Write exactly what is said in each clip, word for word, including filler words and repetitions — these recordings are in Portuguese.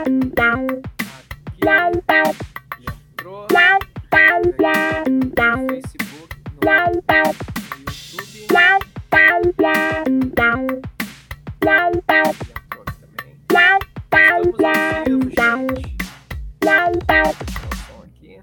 entrou no Facebook, no, no YouTube. Estamos ao vivo, gente. Aqui.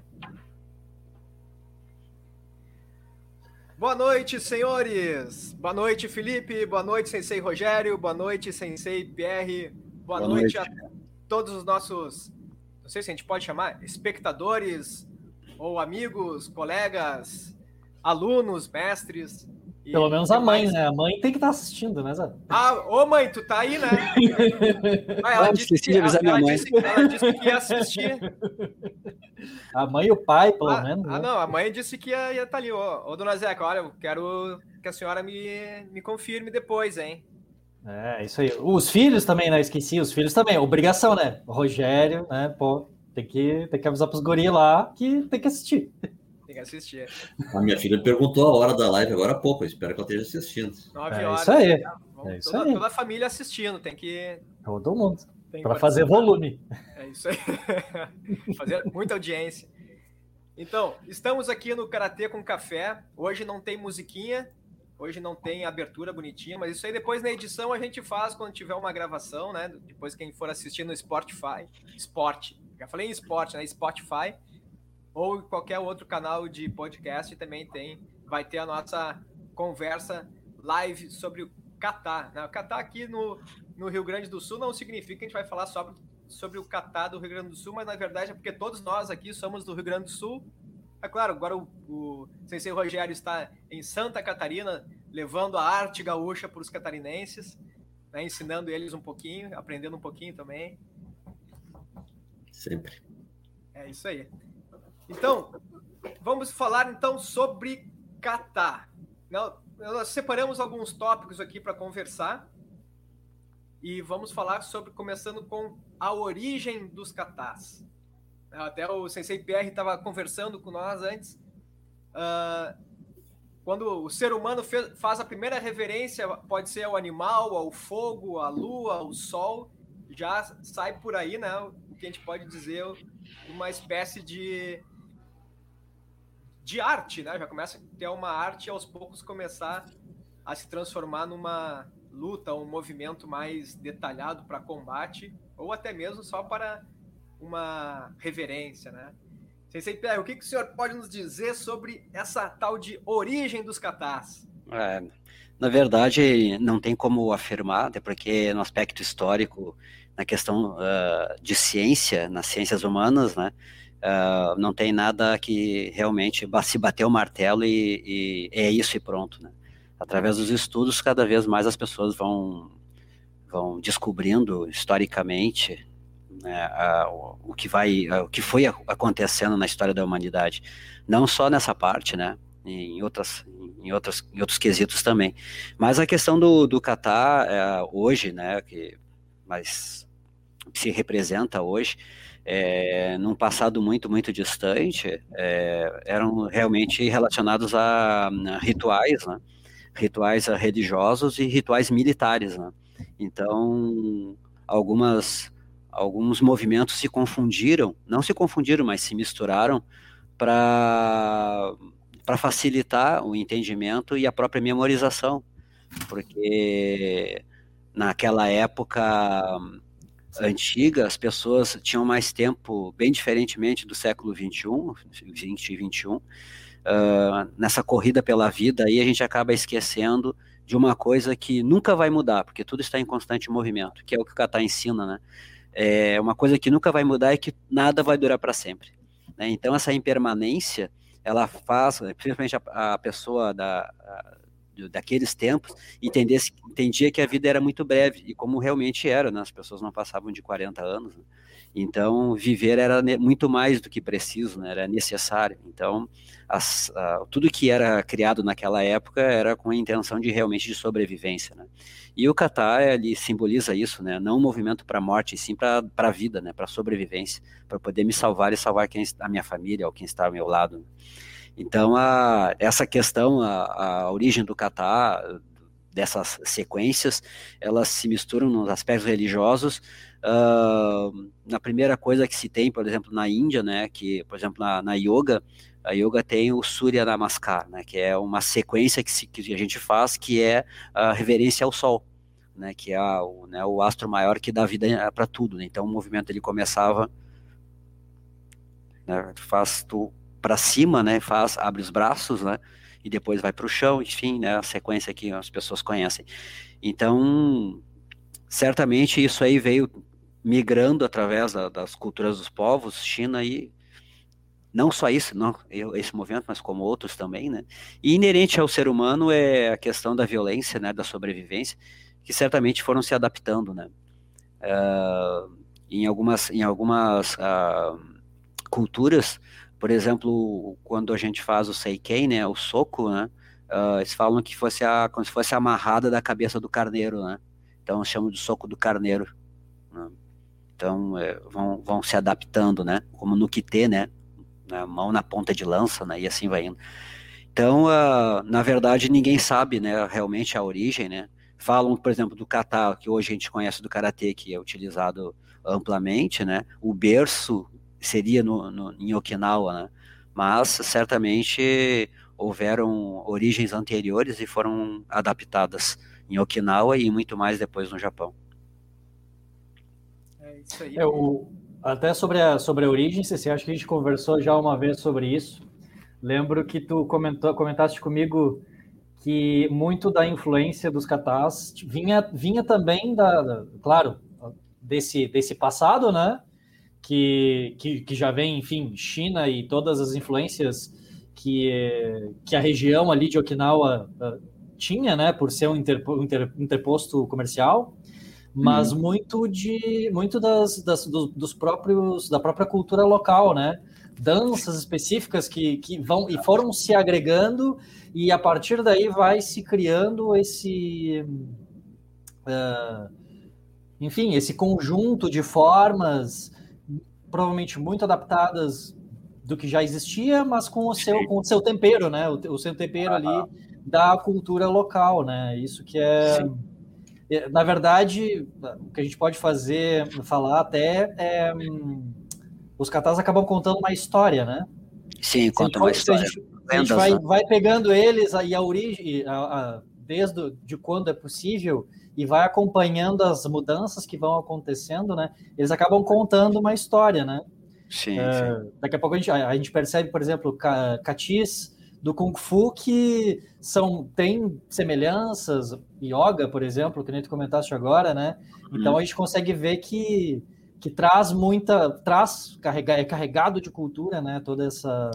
Boa noite, senhores. Boa noite, Felipe. Boa noite, Sensei Rogério. Boa noite, Sensei Pierre. Boa, Boa noite, noite a todos os nossos, não sei se a gente pode chamar, espectadores ou amigos, colegas, alunos, mestres. E pelo menos a mãe, mais... né? A mãe tem que estar assistindo, né, Zé? Ah, ô mãe, tu tá aí, né? Ah, ela, ah, disse que, ela, ela, disse, ela disse que ia assistir. A mãe e o pai, pelo ah, menos. Ah, né? não, a mãe disse que ia estar ali. Ô, ô, dona Zeca, olha, eu quero que a senhora me, me confirme depois, hein? É, isso aí. Os filhos também, né? Esqueci, os filhos também. Obrigação, né? O Rogério, né? Pô, tem que, tem que avisar pros guris lá que tem que assistir. Tem que assistir. A minha filha perguntou a hora da live agora há pouco. Eu espero que ela esteja assistindo. Nove é horas. Isso aí. Vamos, é isso toda, aí. Toda a família assistindo. Tem que... Todo mundo. Para fazer volume. É isso aí. Fazer muita audiência. Então, estamos aqui no Karatê com Café. Hoje não tem musiquinha. Hoje não tem abertura bonitinha, mas isso aí depois na edição a gente faz quando tiver uma gravação, né? Depois quem for assistir no Spotify, Sport, já falei em esporte, né? Spotify, ou qualquer outro canal de podcast também tem, vai ter a nossa conversa live sobre o kata, né? O kata aqui no, no Rio Grande do Sul não significa que a gente vai falar sobre, sobre o kata do Rio Grande do Sul, mas na verdade é porque todos nós aqui somos do Rio Grande do Sul. É claro, agora o, o Sensei Rogério está em Santa Catarina, levando a arte gaúcha para os catarinenses, né, ensinando eles um pouquinho, aprendendo um pouquinho também. Sempre. É isso aí. Então, vamos falar então sobre kata. Nós separamos alguns tópicos aqui para conversar e vamos falar sobre, começando com a origem dos katas. Até o Sensei Pierre estava conversando com nós antes. Uh, quando o ser humano fez, faz a primeira reverência, pode ser ao animal, ao fogo, à lua, ao sol, já sai por aí, né? O que a gente pode dizer, uma espécie de, de arte, né? Já começa a ter uma arte e aos poucos começar a se transformar numa luta, um movimento mais detalhado para combate, ou até mesmo só para uma reverência, né? Sensei Pierre, o que, que o senhor pode nos dizer sobre essa tal de origem dos katas? É, na verdade, não tem como afirmar, até porque no aspecto histórico, na questão uh, de ciência, nas ciências humanas, né, uh, não tem nada que realmente se bater o martelo e, e é isso e pronto, né? Através dos estudos, cada vez mais as pessoas vão, vão descobrindo historicamente, né, a, o, o que vai, a, o que foi acontecendo na história da humanidade, não só nessa parte, né, em outras, em outras, em outros quesitos também, mas a questão do, do kata é, hoje, né, que mais se representa hoje, é, num passado muito, muito distante, é, eram realmente relacionados a, a rituais, né, rituais religiosos e rituais militares, né, então algumas alguns movimentos se confundiram, não se confundiram, mas se misturaram para para facilitar o entendimento e a própria memorização, porque naquela época antiga as pessoas tinham mais tempo, bem diferentemente do século vinte e um, vinte e vinte e um, uh, nessa corrida pela vida aí a gente acaba esquecendo de uma coisa que nunca vai mudar, porque tudo está em constante movimento, que é o que o kata ensina, né? É uma coisa que nunca vai mudar e que nada vai durar para sempre, né? Então essa impermanência, ela faz, principalmente a, a pessoa da, a, daqueles tempos, entendia, entendia que a vida era muito breve, e como realmente era, né? As pessoas não passavam de quarenta anos, né? Então viver era muito mais do que preciso, né? Era necessário. Então as, a, tudo que era criado naquela época era com a intenção de realmente de sobrevivência, né? E o kata, ele simboliza isso, né? Não um movimento para a morte, e sim para a vida, né? Para a sobrevivência, para poder me salvar e salvar quem, a minha família ou quem está ao meu lado. Então, a, essa questão, a, a origem do kata, dessas sequências, elas se misturam nos aspectos religiosos. Uh, na primeira coisa que se tem, por exemplo, na Índia, né, que, por exemplo, na, na yoga, a yoga tem o Surya Namaskar, né, que é uma sequência que, se, que a gente faz, que é a reverência ao sol, né, que é a, o, né, o astro maior que dá vida para tudo, né? Então o movimento ele começava, né, tu faz tu para cima, né, faz, abre os braços, né, e depois vai para o chão, enfim, né, a sequência que as pessoas conhecem. Então, certamente isso aí veio migrando através da, das culturas dos povos, China, e não só isso, não esse movimento, mas como outros também, né? E inerente ao ser humano é a questão da violência, né, da sobrevivência, que certamente foram se adaptando, né? Uh, em algumas, em algumas uh, culturas, por exemplo, quando a gente faz o Seiken, né, o soco, né, uh, eles falam que fosse a, como se fosse a amarrada da cabeça do carneiro, né? Então chamam de soco do carneiro, né? Então é, vão, vão se adaptando, né? Como no Kitê, né? Na mão na ponta de lança, né? E assim vai indo. Então, uh, na verdade, ninguém sabe, né, realmente a origem, né? Falam, por exemplo, do kata, que hoje a gente conhece do karatê, que é utilizado amplamente, né? O berço seria no, no, em Okinawa, né? Mas certamente houveram origens anteriores e foram adaptadas em Okinawa e muito mais depois no Japão. É isso aí. É, o, até sobre a, sobre a origem, você acha que a gente conversou já uma vez sobre isso? Lembro que tu comentou, comentaste comigo que muito da influência dos katas vinha, vinha também, da, da, claro, desse, desse passado, né? Que, que, que já vem, enfim, China e todas as influências que, que a região ali de Okinawa uh, tinha, né? Por ser um interpo, inter, interposto comercial, mas uhum. muito de muito das, das dos, dos próprios da própria cultura local, né? Danças específicas que, que vão e foram se agregando, e a partir daí vai se criando esse uh, enfim, esse conjunto de formas provavelmente muito adaptadas do que já existia, mas com o seu, com o seu tempero, né? O, o seu tempero ah, ali da cultura local, né? Isso que é sim. Na verdade, o que a gente pode fazer, falar até é os katas acabam contando uma história, né? Sim, conta uma história. A gente, a gente vai, vai pegando eles e a origem, a, a, desde de quando é possível, e vai acompanhando as mudanças que vão acontecendo, né? Eles acabam contando uma história, né? Sim, é, sim. Daqui a pouco a gente, a, a gente percebe, por exemplo, katis do Kung Fu que são, tem semelhanças, yoga, por exemplo, que nem tu comentaste agora, né? Então hum. a gente consegue ver que, que traz muita, traz, carrega, é carregado de cultura, né? Toda essa,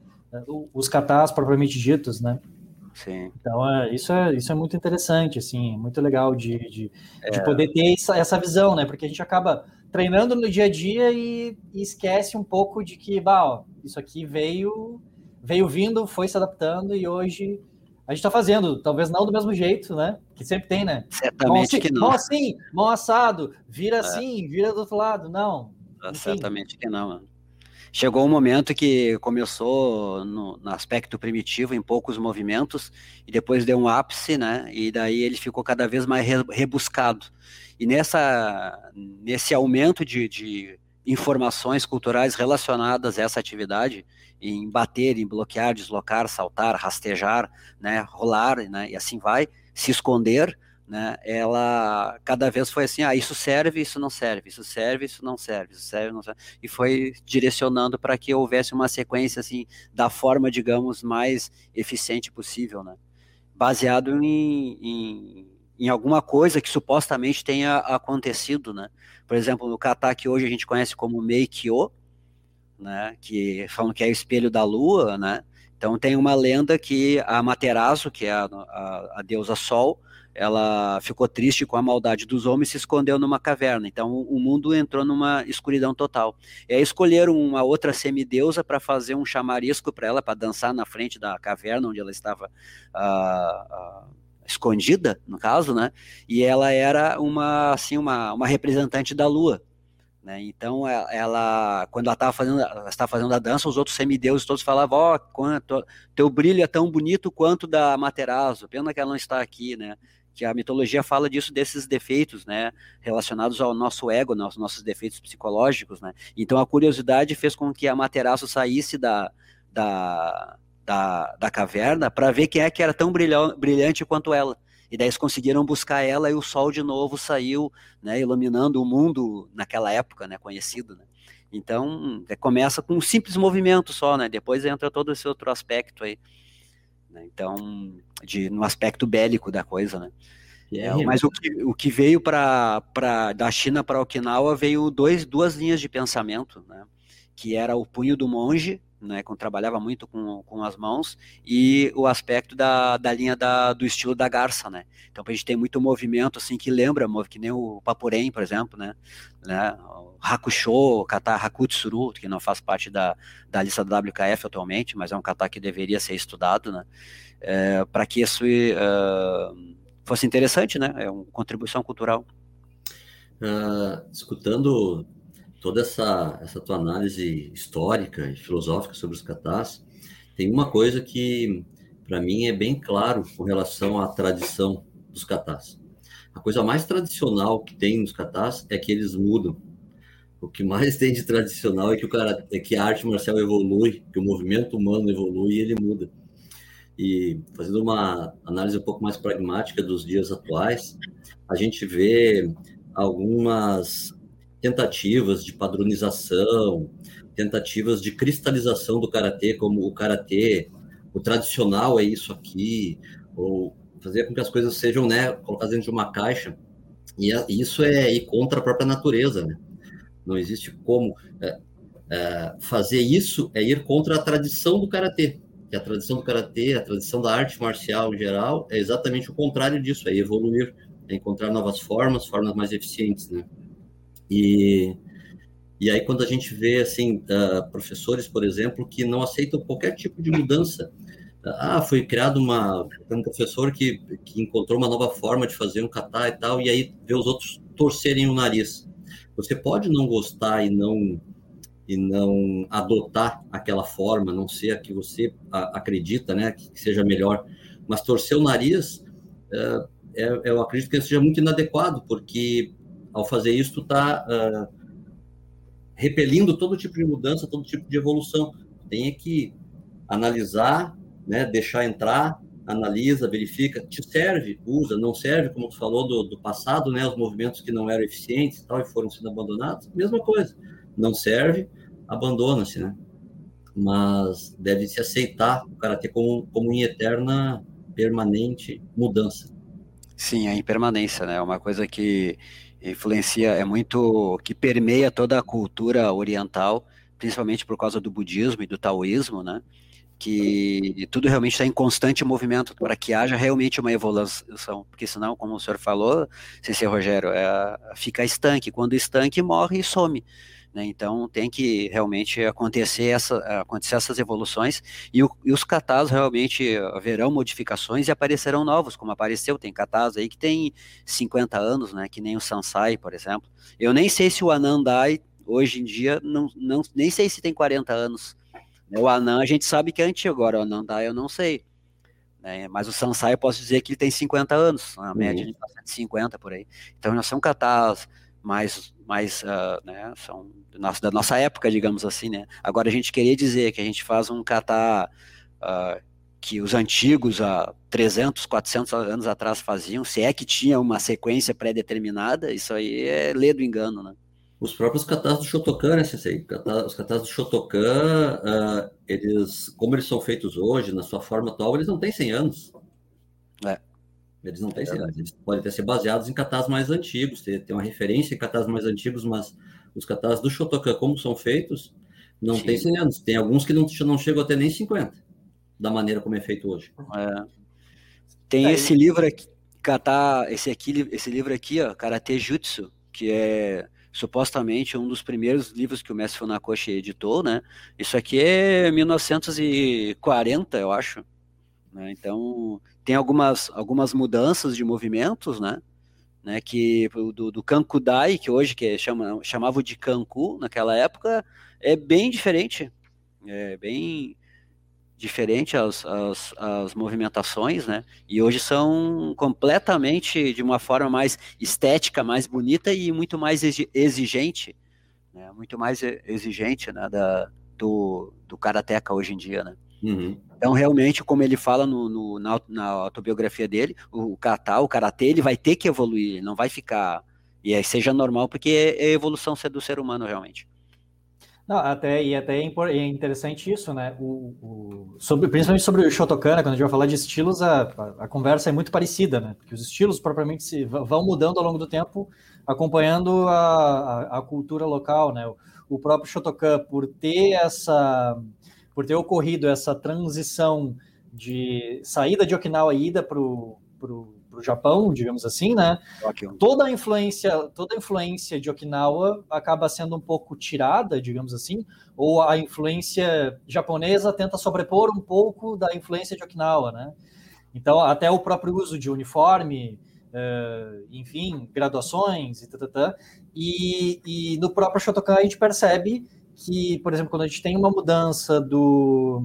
os katas propriamente ditos, né? Sim. Então, é, isso, é, isso é muito interessante, assim, muito legal de, de, é. de poder ter essa, essa visão, né? Porque a gente acaba treinando no dia a dia e, e esquece um pouco de que, bah, ó, isso aqui veio... veio vindo, foi se adaptando e hoje a gente está fazendo, talvez não do mesmo jeito, né? Que sempre tem, né? Certamente assim, que não. Mão assim, mão assado, vira é. assim, vira do outro lado, não. É, certamente que não, mano. Chegou um momento que começou no, no aspecto primitivo, em poucos movimentos, e depois deu um ápice, né? E daí ele ficou cada vez mais rebuscado. E nessa, nesse aumento de, de informações culturais relacionadas a essa atividade, em bater, em bloquear, deslocar, saltar, rastejar, né, rolar, né, e assim vai, se esconder, né, ela cada vez foi assim, ah, isso serve, isso não serve, isso serve, isso não serve, isso serve, não serve, e foi direcionando para que houvesse uma sequência, assim, da forma, digamos, mais eficiente possível, né, baseado em, em, em alguma coisa que supostamente tenha acontecido, né, por exemplo, no kata que hoje a gente conhece como Meikyo, né, que falam que é o espelho da lua, né, então tem uma lenda que a Amaterasu, que é a, a, a deusa Sol, ela ficou triste com a maldade dos homens e se escondeu numa caverna, então o mundo entrou numa escuridão total, e aí escolheram uma outra semideusa para fazer um chamarisco para ela, para dançar na frente da caverna onde ela estava uh, uh, escondida, no caso, né, e ela era uma, assim, uma, uma representante da lua, né? Então ela, quando ela estava fazendo, ela estava fazendo a dança, os outros semideuses todos falavam, ó, oh, quanto teu brilho é tão bonito quanto da Amaterasu, pena que ela não está aqui, né? porque a mitologia fala disso, desses defeitos, né, relacionados ao nosso ego, aos nossos defeitos psicológicos, né? Então a curiosidade fez com que a Amaterasu saísse da, da, da, da caverna para ver quem é que era tão brilhante, brilhante quanto ela. E daí eles conseguiram buscar ela e o sol de novo saiu, né, iluminando o mundo naquela época, né, conhecido, né? Então, começa com um simples movimento só, né? Depois entra todo esse outro aspecto aí, né? Então, de, no aspecto bélico da coisa, né? É, mas o que, o que veio para da China para Okinawa veio dois, duas linhas de pensamento, né? Que era o punho do monge, né, que trabalhava muito com, com as mãos, e o aspecto da, da linha da, do estilo da garça, né? Então a gente tem muito movimento assim que lembra, que nem o Papuren, por exemplo, né? né? O Hakusho, o kata Hakutsuru, que não faz parte da, da lista da W K F atualmente, mas é um kata que deveria ser estudado, né? É, para que isso uh, fosse interessante, né? É uma contribuição cultural. Uh, escutando toda essa, essa tua análise histórica e filosófica sobre os katas, tem uma coisa que, para mim, é bem claro com relação à tradição dos katas. A coisa mais tradicional que tem nos katas é que eles mudam. O que mais tem de tradicional é que, o cara, é que a arte marcial evolui, que o movimento humano evolui e ele muda. E fazendo uma análise um pouco mais pragmática dos dias atuais, a gente vê algumas tentativas de padronização, tentativas de cristalização do karatê, como o karatê, o tradicional é isso aqui, ou fazer com que as coisas sejam, né, colocadas dentro de uma caixa, e isso é ir contra a própria natureza, né? Não existe como é, é, fazer isso, é ir contra a tradição do karatê, que a tradição do karatê, a tradição da arte marcial em geral, é exatamente o contrário disso, é evoluir, é encontrar novas formas, formas mais eficientes, né? E, e aí, quando a gente vê, assim, uh, professores, por exemplo, que não aceitam qualquer tipo de mudança. Ah, foi criado uma, um professor que, que encontrou uma nova forma de fazer um kata e tal, e aí vê os outros torcerem o nariz. Você pode não gostar e não, e não adotar aquela forma, não ser a que você a, acredita, né, que seja melhor, mas torcer o nariz, uh, é, eu acredito que seja muito inadequado, porque ao fazer isso, tu está uh, repelindo todo tipo de mudança, todo tipo de evolução. Tem que analisar, né, deixar entrar, analisa, verifica, te serve, usa, não serve, como tu falou do, do passado, né, os movimentos que não eram eficientes e tal, e foram sendo abandonados, mesma coisa. Não serve, abandona-se, né? Mas deve se aceitar o karatê como, como em eterna, permanente mudança. Sim, a impermanência, né? É uma coisa que influencia, é muito, que permeia toda a cultura oriental, principalmente por causa do budismo e do taoísmo, né? Que tudo realmente está em constante movimento para que haja realmente uma evolução, porque senão, como o senhor falou, Sensei Rogério, é, fica estanque, quando estanque morre e some, né? Então tem que realmente acontecer, essa, acontecer essas evoluções, e, o, e os katas realmente haverão modificações e aparecerão novos, como apareceu, tem katas aí que tem cinquenta anos, né, que nem o Sansai, por exemplo. Eu nem sei se o Anandai, hoje em dia, não, não, nem sei se tem quarenta anos. O Anan a gente sabe que é antigo, agora o Anandai eu não sei, né? Mas o Sansai eu posso dizer que ele tem cinquenta anos, na média de novecentos e cinquenta por aí. Então já são katas mais, mais uh, né, são da nossa época, digamos assim, né? Agora a gente queria dizer que a gente faz um kata uh, que os antigos há trezentos, quatrocentos anos atrás faziam, se é que tinha uma sequência pré-determinada, isso aí é ler do engano, né? Os próprios katas do Shotokan, né, Sensei? Os katas do Shotokan, uh, eles, como eles são feitos hoje, na sua forma atual, eles não têm cem anos. É. Eles não têm cem anos. Eles podem ter ser baseados em katas mais antigos, ter, ter uma referência em katas mais antigos, mas os katas do Shotokan, como são feitos, não Sim. têm cem anos. Tem alguns que não, não chegam a ter nem cinquenta, da maneira como é feito hoje. É. Tem é, esse e... livro aqui, kata, esse, aqui, esse livro aqui, ó, Karate Jutsu, que é supostamente um dos primeiros livros que o mestre Funakoshi editou, né? Isso aqui é mil novecentos e quarenta, eu acho, né? Então tem algumas, algumas mudanças de movimentos, né? né? Que do, do Kankudai, que hoje que chama, chamavam de Kanku naquela época, é bem diferente, é bem diferente as, as, as movimentações, né? E hoje são completamente de uma forma mais estética, mais bonita e muito mais exigente, né? Muito mais exigente, né? Da, do, do karateka hoje em dia, né? Uhum. Então, realmente, como ele fala no, no, na, na autobiografia dele, o kata, o karatê, ele vai ter que evoluir, ele não vai ficar... E aí seja normal, porque é a evolução do ser humano, realmente. Não, até, e até é interessante isso, né? O, o, sobre, principalmente sobre o Shotokan, quando a gente vai falar de estilos, a, a, a conversa é muito parecida, né? Porque os estilos propriamente se, vão mudando ao longo do tempo, acompanhando a, a, a cultura local, né? O, o próprio Shotokan, por ter essa, por ter ocorrido essa transição de saída de Okinawa e ida para o para o Japão, digamos assim, né? Toda a influência, toda a influência de Okinawa acaba sendo um pouco tirada, digamos assim, ou a influência japonesa tenta sobrepor um pouco da influência de Okinawa, né? Então, até o próprio uso de uniforme, uh, enfim, graduações e tatatá. E, e no próprio Shotokan a gente percebe que, por exemplo, quando a gente tem uma mudança do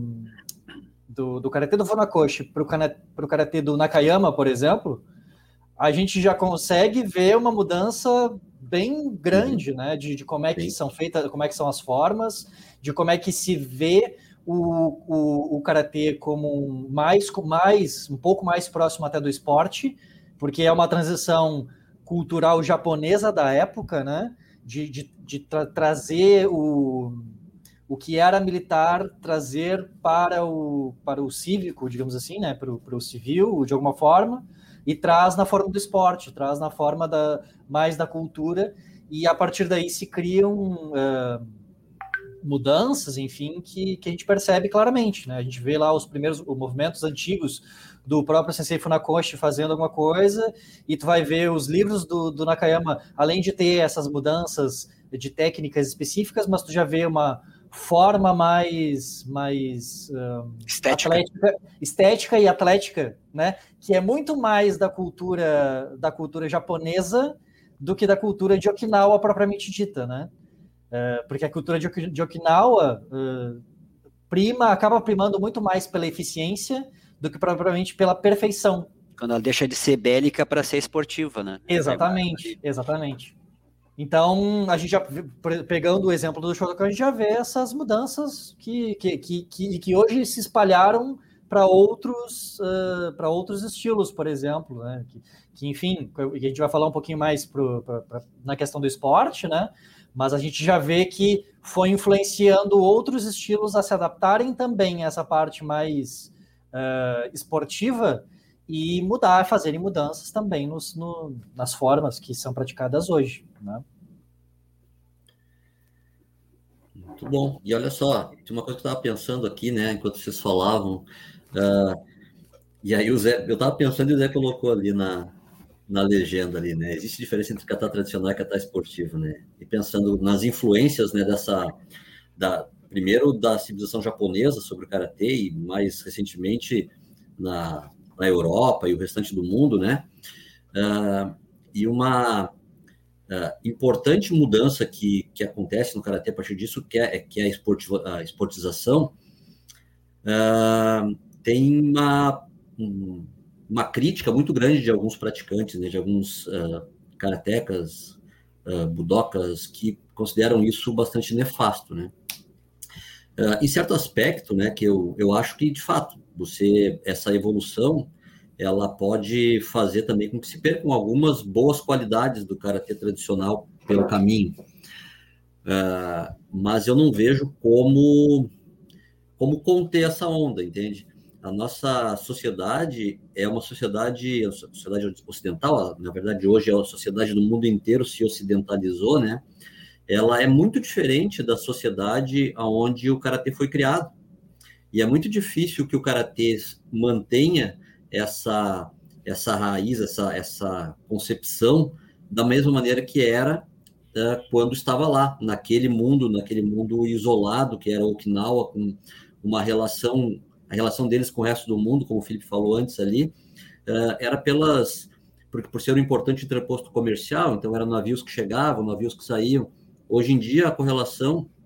do, do karatê do Funakoshi para o karatê do Nakayama, por exemplo, a gente já consegue ver uma mudança bem grande, uhum. né, de, de como é que Sim. são feitas, como é que são as formas, de como é que se vê o, o, o karatê como mais, mais, um pouco mais próximo até do esporte, porque é uma transição cultural japonesa da época, né, de, de, de tra trazer o o que era militar, trazer para o, para o cívico, digamos assim, né, para o, para o civil, de alguma forma, e traz na forma do esporte, traz na forma da, mais da cultura, e a partir daí se criam uh, mudanças, enfim, que, que a gente percebe claramente, né, a gente vê lá os primeiros os movimentos antigos do próprio Sensei Funakoshi fazendo alguma coisa, e tu vai ver os livros do, do Nakayama, além de ter essas mudanças de técnicas específicas, mas tu já vê uma forma mais, mais um, estética. Atlética, estética e atlética, né? Que é muito mais da cultura da cultura japonesa do que da cultura de Okinawa propriamente dita, né? Uh, porque a cultura de, de Okinawa uh, prima, acaba primando muito mais pela eficiência do que propriamente pela perfeição. Quando ela deixa de ser bélica para ser esportiva, né? Exatamente, exatamente. Então, a gente já, pegando o exemplo do Shotokan, a gente já vê essas mudanças que, que, que, que, que hoje se espalharam para outros, uh, para outros estilos, por exemplo, né? Que, que, enfim, a gente vai falar um pouquinho mais pro, pra, pra, na questão do esporte, né? Mas a gente já vê que foi influenciando outros estilos a se adaptarem também a essa parte mais uh, esportiva e mudar, fazerem mudanças também nos, no, nas formas que são praticadas hoje, né? Muito bom. E olha só, tem uma coisa que eu estava pensando aqui, né, enquanto vocês falavam, uh, e aí o Zé, eu estava pensando e o Zé colocou ali na, na legenda ali, né, existe diferença entre kata tradicional e kata esportivo, né, e pensando nas influências, né, dessa, da, primeiro da civilização japonesa sobre o karatê e mais recentemente na na Europa e o restante do mundo, né? Uh, e uma uh, importante mudança que, que acontece no karatê a partir disso, que é, que é a, esportiva, a esportização, uh, tem uma, um, uma crítica muito grande de alguns praticantes, né, de alguns uh, karatecas, uh, budokas, que consideram isso bastante nefasto, né? Uh, em certo aspecto, né, que eu, eu acho que, de fato, você, essa evolução, ela pode fazer também com que se percam algumas boas qualidades do karatê tradicional pelo caminho. Uh, mas eu não vejo como, como conter essa onda, entende? A nossa sociedade é uma sociedade, a sociedade ocidental, na verdade, hoje a sociedade do mundo inteiro se ocidentalizou, né? Ela é muito diferente da sociedade onde o karatê foi criado. E é muito difícil que o karatê mantenha essa, essa raiz, essa, essa concepção da mesma maneira que era uh, quando estava lá, naquele mundo, naquele mundo isolado, que era Okinawa, com uma relação, a relação deles com o resto do mundo, como o Felipe falou antes ali, uh, era pelas, por, por ser um importante entreposto comercial, então eram navios que chegavam, navios que saíam. Hoje em dia, a correlação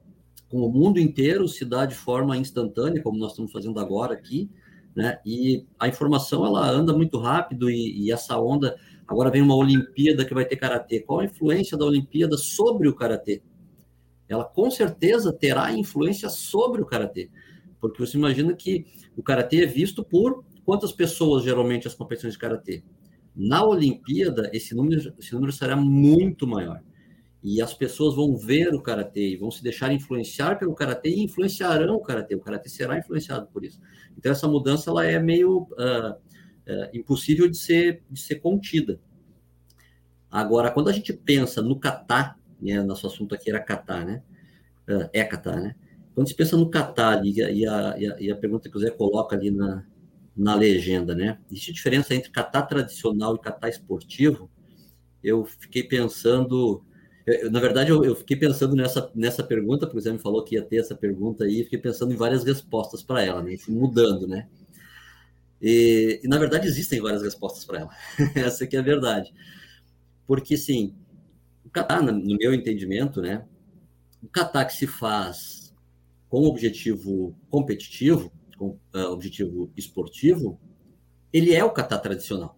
com o mundo inteiro se dá de forma instantânea, como nós estamos fazendo agora aqui, né? E a informação ela anda muito rápido e, e essa onda... Agora vem uma Olimpíada que vai ter karatê. Qual a influência da Olimpíada sobre o karatê? Ela com certeza terá influência sobre o karatê, porque você imagina que o karatê é visto por quantas pessoas geralmente as competições de karatê? Na Olimpíada, esse número, esse número será muito maior. E as pessoas vão ver o karatê e vão se deixar influenciar pelo karatê e influenciarão o karatê. O karatê será influenciado por isso. Então, essa mudança ela é meio uh, uh, impossível de ser, de ser contida. Agora, quando a gente pensa no kata, né, nosso assunto aqui era kata, né? Uh, é kata, né? Quando se pensa no kata, e a, e, a, e a pergunta que o Zé coloca ali na, na legenda, né? Existe diferença entre kata tradicional e kata esportivo? Eu fiquei pensando... Eu, na verdade, eu, eu fiquei pensando nessa, nessa pergunta, porque o Zé me falou que ia ter essa pergunta aí, e fiquei pensando em várias respostas para ela, né? Mudando, né? E, e, na verdade, existem várias respostas para ela. Essa aqui é a verdade. Porque, sim, o kata, no meu entendimento, né? O kata que se faz com objetivo competitivo, com uh, objetivo esportivo, ele é o kata tradicional.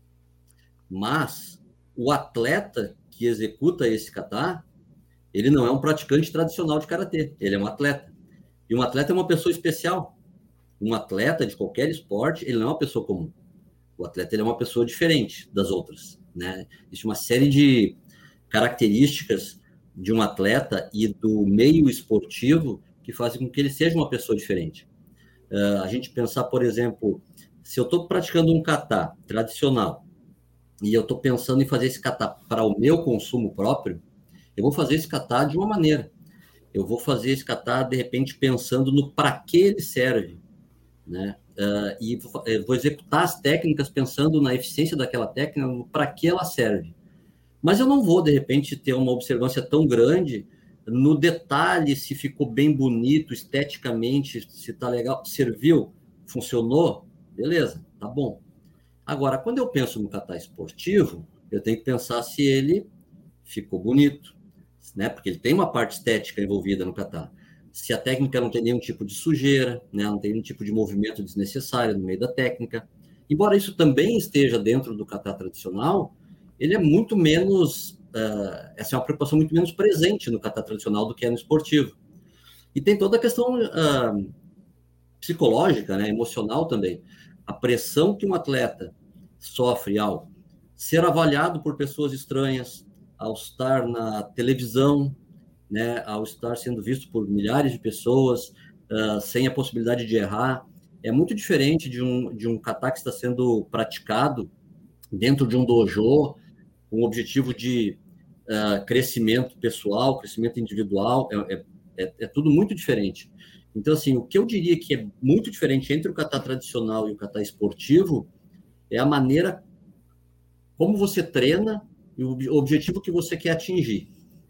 Mas o atleta que executa esse kata, ele não é um praticante tradicional de karatê, ele é um atleta. E um atleta é uma pessoa especial. Um atleta de qualquer esporte, ele não é uma pessoa comum. O atleta ele é uma pessoa diferente das outras, né? Existe uma série de características de um atleta e do meio esportivo que fazem com que ele seja uma pessoa diferente. Uh, a gente pensar, por exemplo, se eu estou praticando um kata tradicional e eu estou pensando em fazer esse kata para o meu consumo próprio, eu vou fazer esse kata de uma maneira. Eu vou fazer esse kata, de repente, pensando no para que ele serve, né? Uh, e vou executar as técnicas pensando na eficiência daquela técnica, para que ela serve. Mas eu não vou, de repente, ter uma observância tão grande no detalhe, se ficou bem bonito, esteticamente, se está legal, serviu, funcionou, beleza, tá bom. Agora, quando eu penso no kata esportivo, eu tenho que pensar se ele ficou bonito, né? Porque ele tem uma parte estética envolvida no kata. Se a técnica não tem nenhum tipo de sujeira, né? Não tem nenhum tipo de movimento desnecessário no meio da técnica. Embora isso também esteja dentro do kata tradicional, ele é muito menos... Uh, essa é uma preocupação muito menos presente no kata tradicional do que é no esportivo. E tem toda a questão uh, psicológica, né? Emocional também. A pressão que um atleta sofre ao ser avaliado por pessoas estranhas, ao estar na televisão, né, ao estar sendo visto por milhares de pessoas, uh, sem a possibilidade de errar, é muito diferente de um, de um kata que está sendo praticado dentro de um dojo, com o objetivo de uh, crescimento pessoal, crescimento individual, é, é, é tudo muito diferente. Então, assim, o que eu diria que é muito diferente entre o kata tradicional e o kata esportivo é a maneira como você treina e o objetivo que você quer atingir.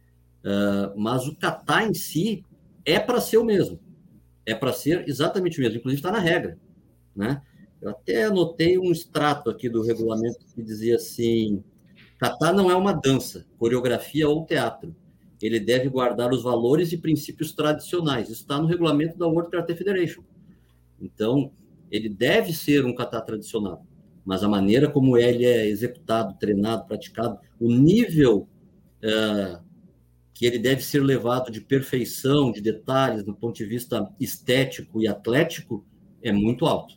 Uh, mas o kata em si é para ser o mesmo. É para ser exatamente o mesmo. Inclusive está na regra, né? Eu até anotei um extrato aqui do regulamento que dizia assim: kata não é uma dança, coreografia ou teatro. Ele deve guardar os valores e princípios tradicionais. Isso está no regulamento da World Karate Federation. Então, ele deve ser um kata tradicional, mas a maneira como ele é executado, treinado, praticado, o nível uh, que ele deve ser levado de perfeição, de detalhes, do ponto de vista estético e atlético, é muito alto.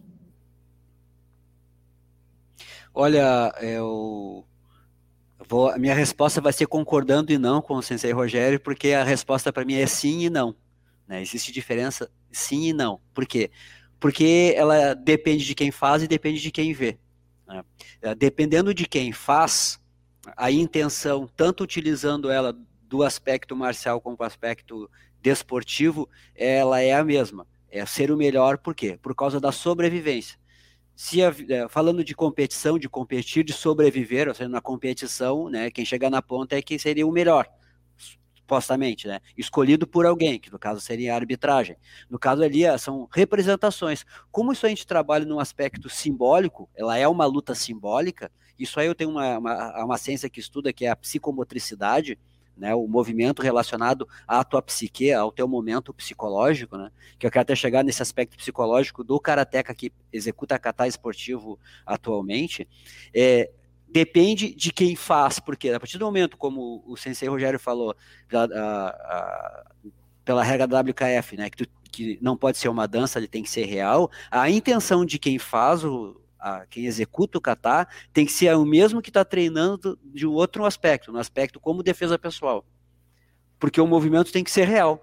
Olha, eu vou, a minha resposta vai ser concordando e não com o Sensei Rogério, porque a resposta para mim é sim e não. Né? Existe diferença sim e não. Por quê? Porque ela depende de quem faz e depende de quem vê. Né? Dependendo de quem faz, a intenção, tanto utilizando ela do aspecto marcial como do aspecto desportivo, ela é a mesma. É ser o melhor, por quê? Por causa da sobrevivência. Se a, falando de competição, de competir, de sobreviver, ou seja, na competição, né, quem chega na ponta é quem seria o melhor, supostamente, né, escolhido por alguém, que no caso seria a arbitragem. No caso ali são representações. Como isso a gente trabalha num aspecto simbólico, ela é uma luta simbólica, isso aí eu tenho uma, uma, uma ciência que estuda, que é a psicomotricidade, né, o movimento relacionado à tua psique, ao teu momento psicológico, né, que eu quero até chegar nesse aspecto psicológico do karateka que executa kata esportivo atualmente, é, depende de quem faz, porque a partir do momento, como o sensei Rogério falou, a, a, a, pela regra da W K F, né, que, tu, que não pode ser uma dança, ele tem que ser real, a intenção de quem faz o A, quem executa o kata tem que ser o mesmo que está treinando de um outro aspecto, no aspecto como defesa pessoal, porque o movimento tem que ser real.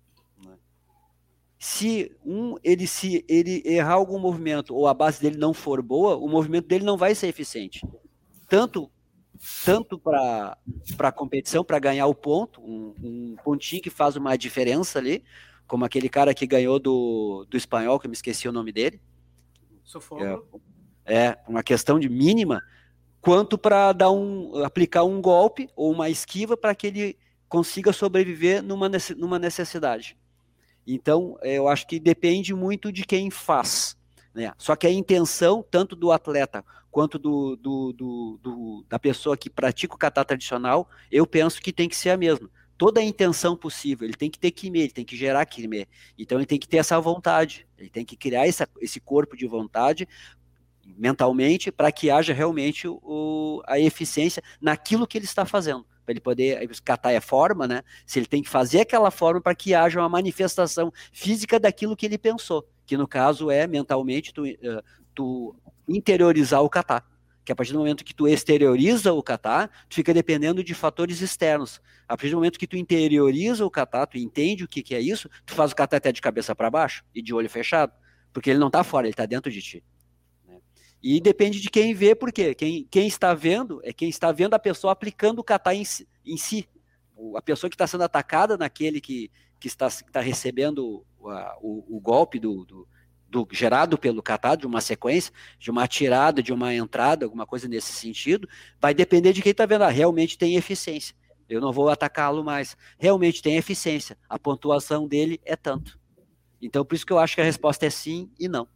Se um ele se ele errar algum movimento ou a base dele não for boa, o movimento dele não vai ser eficiente, tanto tanto para para a competição, para ganhar o ponto, um, um pontinho que faz uma diferença ali, como aquele cara que ganhou do, do espanhol, que eu me esqueci o nome dele. Sofoglu. É, é uma questão de mínima, quanto para dar um, aplicar um golpe ou uma esquiva para que ele consiga sobreviver numa, numa necessidade. Então, eu acho que depende muito de quem faz, né? Só que a intenção, tanto do atleta quanto do, do, do, do, da pessoa que pratica o kata tradicional, eu penso que tem que ser a mesma. Toda a intenção possível, ele tem que ter kime, ele tem que gerar kime. Então, ele tem que ter essa vontade, ele tem que criar essa, esse corpo de vontade mentalmente para que haja realmente o, a eficiência naquilo que ele está fazendo. Para ele poder, kata é forma, né? Se ele tem que fazer aquela forma para que haja uma manifestação física daquilo que ele pensou, que no caso é mentalmente tu, uh, tu interiorizar o kata. Que a partir do momento que tu exterioriza o kata, tu fica dependendo de fatores externos. A partir do momento que tu interioriza o kata, tu entende o que, que é isso, tu faz o kata até de cabeça para baixo e de olho fechado, porque ele não está fora, ele está dentro de ti. E depende de quem vê, porque quem, quem está vendo é quem está vendo a pessoa aplicando o kata em, em si. A pessoa que está sendo atacada naquele que, que, está, que está recebendo o, o, o golpe do, do, do, gerado pelo kata, de uma sequência, de uma tirada, de uma entrada, alguma coisa nesse sentido, vai depender de quem está vendo. Ah, realmente tem eficiência. Eu não vou atacá-lo mais. Realmente tem eficiência. A pontuação dele é tanto. Então, por isso que eu acho que a resposta é sim e não.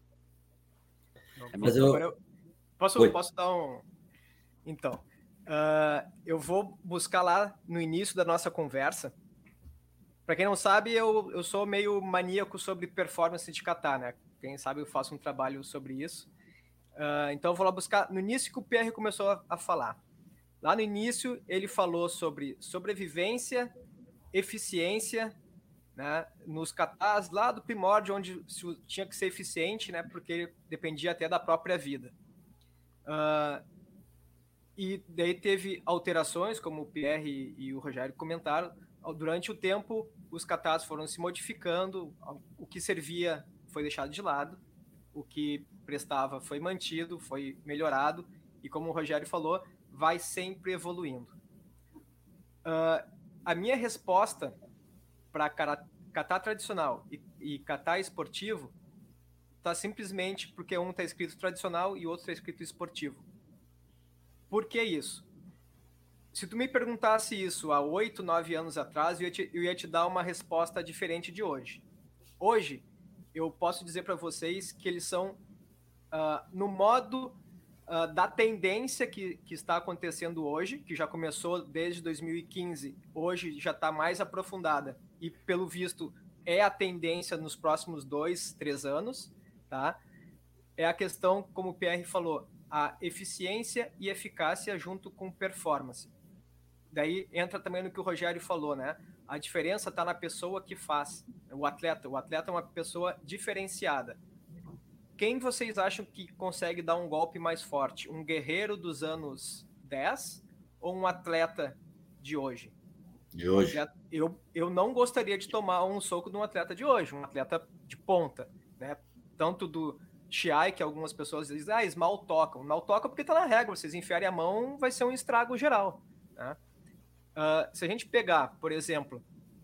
Mas eu... eu posso, posso dar um... Então, uh, eu vou buscar lá no início da nossa conversa. Para quem não sabe, eu, eu sou meio maníaco sobre performance de kata, né? Quem sabe eu faço um trabalho sobre isso. Uh, então, eu vou lá buscar no início que o P R começou a, a falar. Lá no início, ele falou sobre sobrevivência, eficiência, né, nos katas lá do primórdio, onde tinha que ser eficiente, né, porque dependia até da própria vida. Uh, e daí teve alterações, como o P R e o Rogério comentaram. Durante o tempo, os katas foram se modificando, o que servia foi deixado de lado, o que prestava foi mantido, foi melhorado, e como o Rogério falou, vai sempre evoluindo. Uh, a minha resposta para kata tradicional e, e kata esportivo está simplesmente porque um está escrito tradicional e o outro está escrito esportivo. Por que isso? Se tu me perguntasse isso há oito, nove anos atrás, eu ia, te, eu ia te dar uma resposta diferente de hoje. Hoje, eu posso dizer para vocês que eles são uh, no modo uh, da tendência que, que está acontecendo hoje, que já começou desde dois mil e quinze, hoje já está mais aprofundada e, pelo visto, é a tendência nos próximos dois, três anos, tá? É a questão, como o P R falou, a eficiência e eficácia junto com performance. Daí entra também no que o Rogério falou, né? A diferença está na pessoa que faz, o atleta. O atleta é uma pessoa diferenciada. Quem vocês acham que consegue dar um golpe mais forte? Um guerreiro dos anos dez ou um atleta de hoje? De hoje. Eu, eu não gostaria de tomar um soco de um atleta de hoje, um atleta de ponta, né? Tanto do Chiai, que algumas pessoas dizem, ah, mal tocam. Mal toca porque tá na regra, vocês enfiarem a mão, vai ser um estrago geral, né? Uh, se a gente pegar, por exemplo,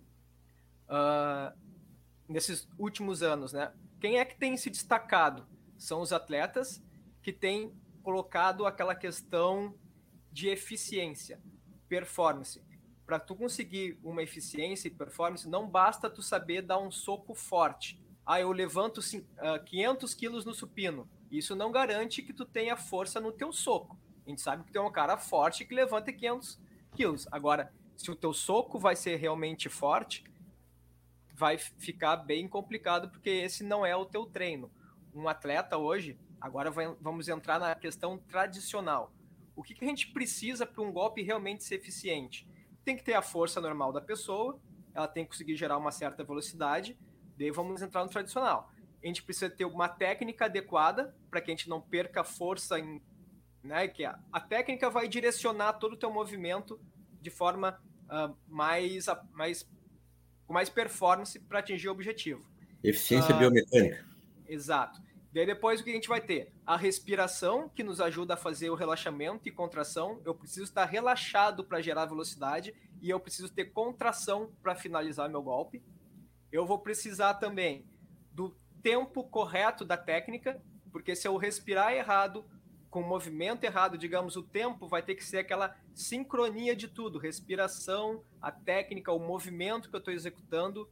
uh, nesses últimos anos, né? Quem é que tem se destacado? São os atletas que têm colocado aquela questão de eficiência, performance. Para tu conseguir uma eficiência e performance, não basta tu saber dar um soco forte. Ah, eu levanto quinhentos quilos no supino. Isso não garante que tu tenha força no teu soco. A gente sabe que tu é um cara forte que levanta quinhentos quilos. Agora, se o teu soco vai ser realmente forte, vai ficar bem complicado, porque esse não é o teu treino. Um atleta hoje, agora vai, vamos entrar na questão tradicional. O que, que a gente precisa para um golpe realmente ser eficiente? Tem que ter a força normal da pessoa, ela tem que conseguir gerar uma certa velocidade, daí vamos entrar no tradicional. A gente precisa ter uma técnica adequada para que a gente não perca força, em, né, que a, a técnica vai direcionar todo o teu movimento de forma uh, mais, mais, com mais performance para atingir o objetivo. Eficiência uh, biomecânica. Exato. Daí depois o que a gente vai ter? A respiração, que nos ajuda a fazer o relaxamento e contração. Eu preciso estar relaxado para gerar velocidade e eu preciso ter contração para finalizar meu golpe. Eu vou precisar também do tempo correto da técnica, porque se eu respirar errado, com o movimento errado, digamos, o tempo vai ter que ser aquela sincronia de tudo, respiração, a técnica, o movimento que eu estou executando,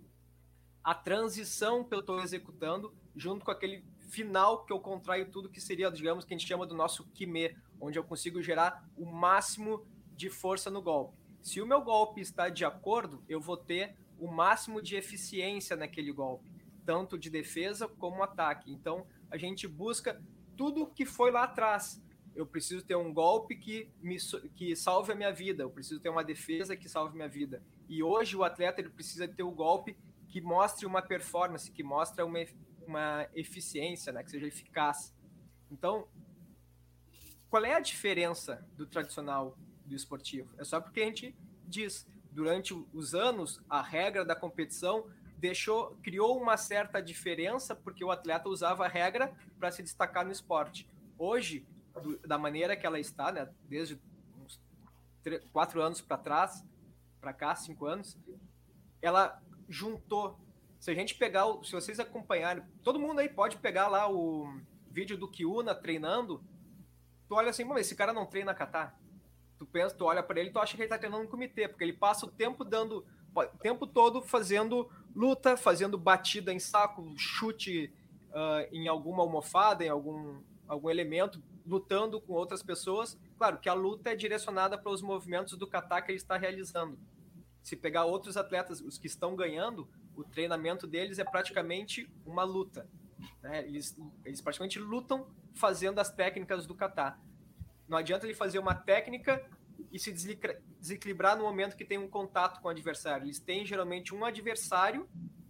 a transição que eu estou executando, junto com aquele final que eu contraio tudo, que seria, digamos, que a gente chama do nosso kime, onde eu consigo gerar o máximo de força no golpe. Se o meu golpe está de acordo, eu vou ter o máximo de eficiência naquele golpe, tanto de defesa como ataque. Então, a gente busca tudo que foi lá atrás. Eu preciso ter um golpe que, me, que salve a minha vida, eu preciso ter uma defesa que salve a minha vida. E hoje o atleta ele precisa ter o golpe que mostre uma performance, que mostre uma, uma eficiência, né, que seja eficaz. Então, qual é a diferença do tradicional do esportivo? É só porque a gente diz, durante os anos, a regra da competição deixou, criou uma certa diferença porque o atleta usava a regra para se destacar no esporte. Hoje, do, da maneira que ela está, né, desde uns três, quatro anos para trás, para cá, cinco anos, ela juntou. Se a gente pegar, o, se vocês acompanharem, todo mundo aí pode pegar lá o vídeo do Kiuna treinando, tu olha assim, esse cara não treina kata. Tu pensa, tu olha para ele, tu acha que ele tá treinando no comitê, porque ele passa o tempo dando, o tempo todo fazendo luta, fazendo batida em saco, chute uh, em alguma almofada, em algum, algum elemento, lutando com outras pessoas. Claro que a luta é direcionada para os movimentos do kata que ele está realizando. Se pegar outros atletas, os que estão ganhando, o treinamento deles é praticamente uma luta, né? Eles, eles praticamente lutam fazendo as técnicas do kata. Não adianta ele fazer uma técnica e se desequilibrar no momento que tem um contato com o adversário. Eles têm geralmente um adversário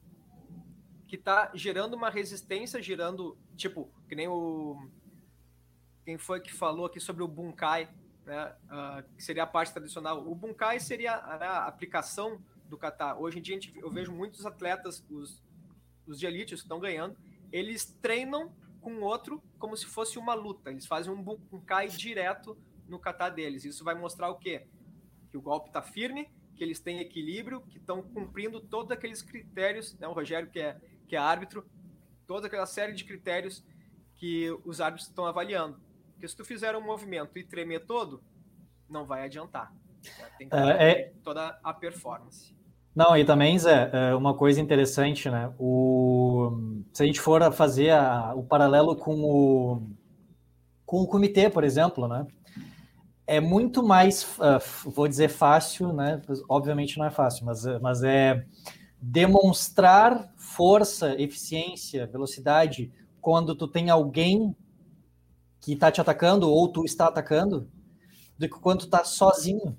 que está gerando uma resistência, gerando, tipo, que nem o... Quem foi que falou aqui sobre o bunkai, né? Uh, que seria a parte tradicional. O bunkai seria a, a aplicação do kata. Hoje em dia a gente, eu vejo muitos atletas, os, os de elite, os que estão ganhando, eles treinam com o outro como se fosse uma luta. Eles fazem um bunkai direto no kata deles. Isso vai mostrar o quê? Que o golpe está firme, que eles têm equilíbrio, que estão cumprindo todos aqueles critérios, né? O Rogério, que é, que é árbitro, toda aquela série de critérios que os árbitros estão avaliando. Porque se tu fizer um movimento e tremer todo, não vai adiantar. Tem que ter é, toda a performance. Não, e também, Zé, uma coisa interessante, né? O, se a gente for fazer a, o paralelo com o, com o comitê, por exemplo, né? É muito mais, uh, vou dizer fácil, né? Obviamente não é fácil, mas, mas é demonstrar força, eficiência, velocidade quando tu tem alguém que está te atacando ou tu está atacando, do que quando tu está sozinho.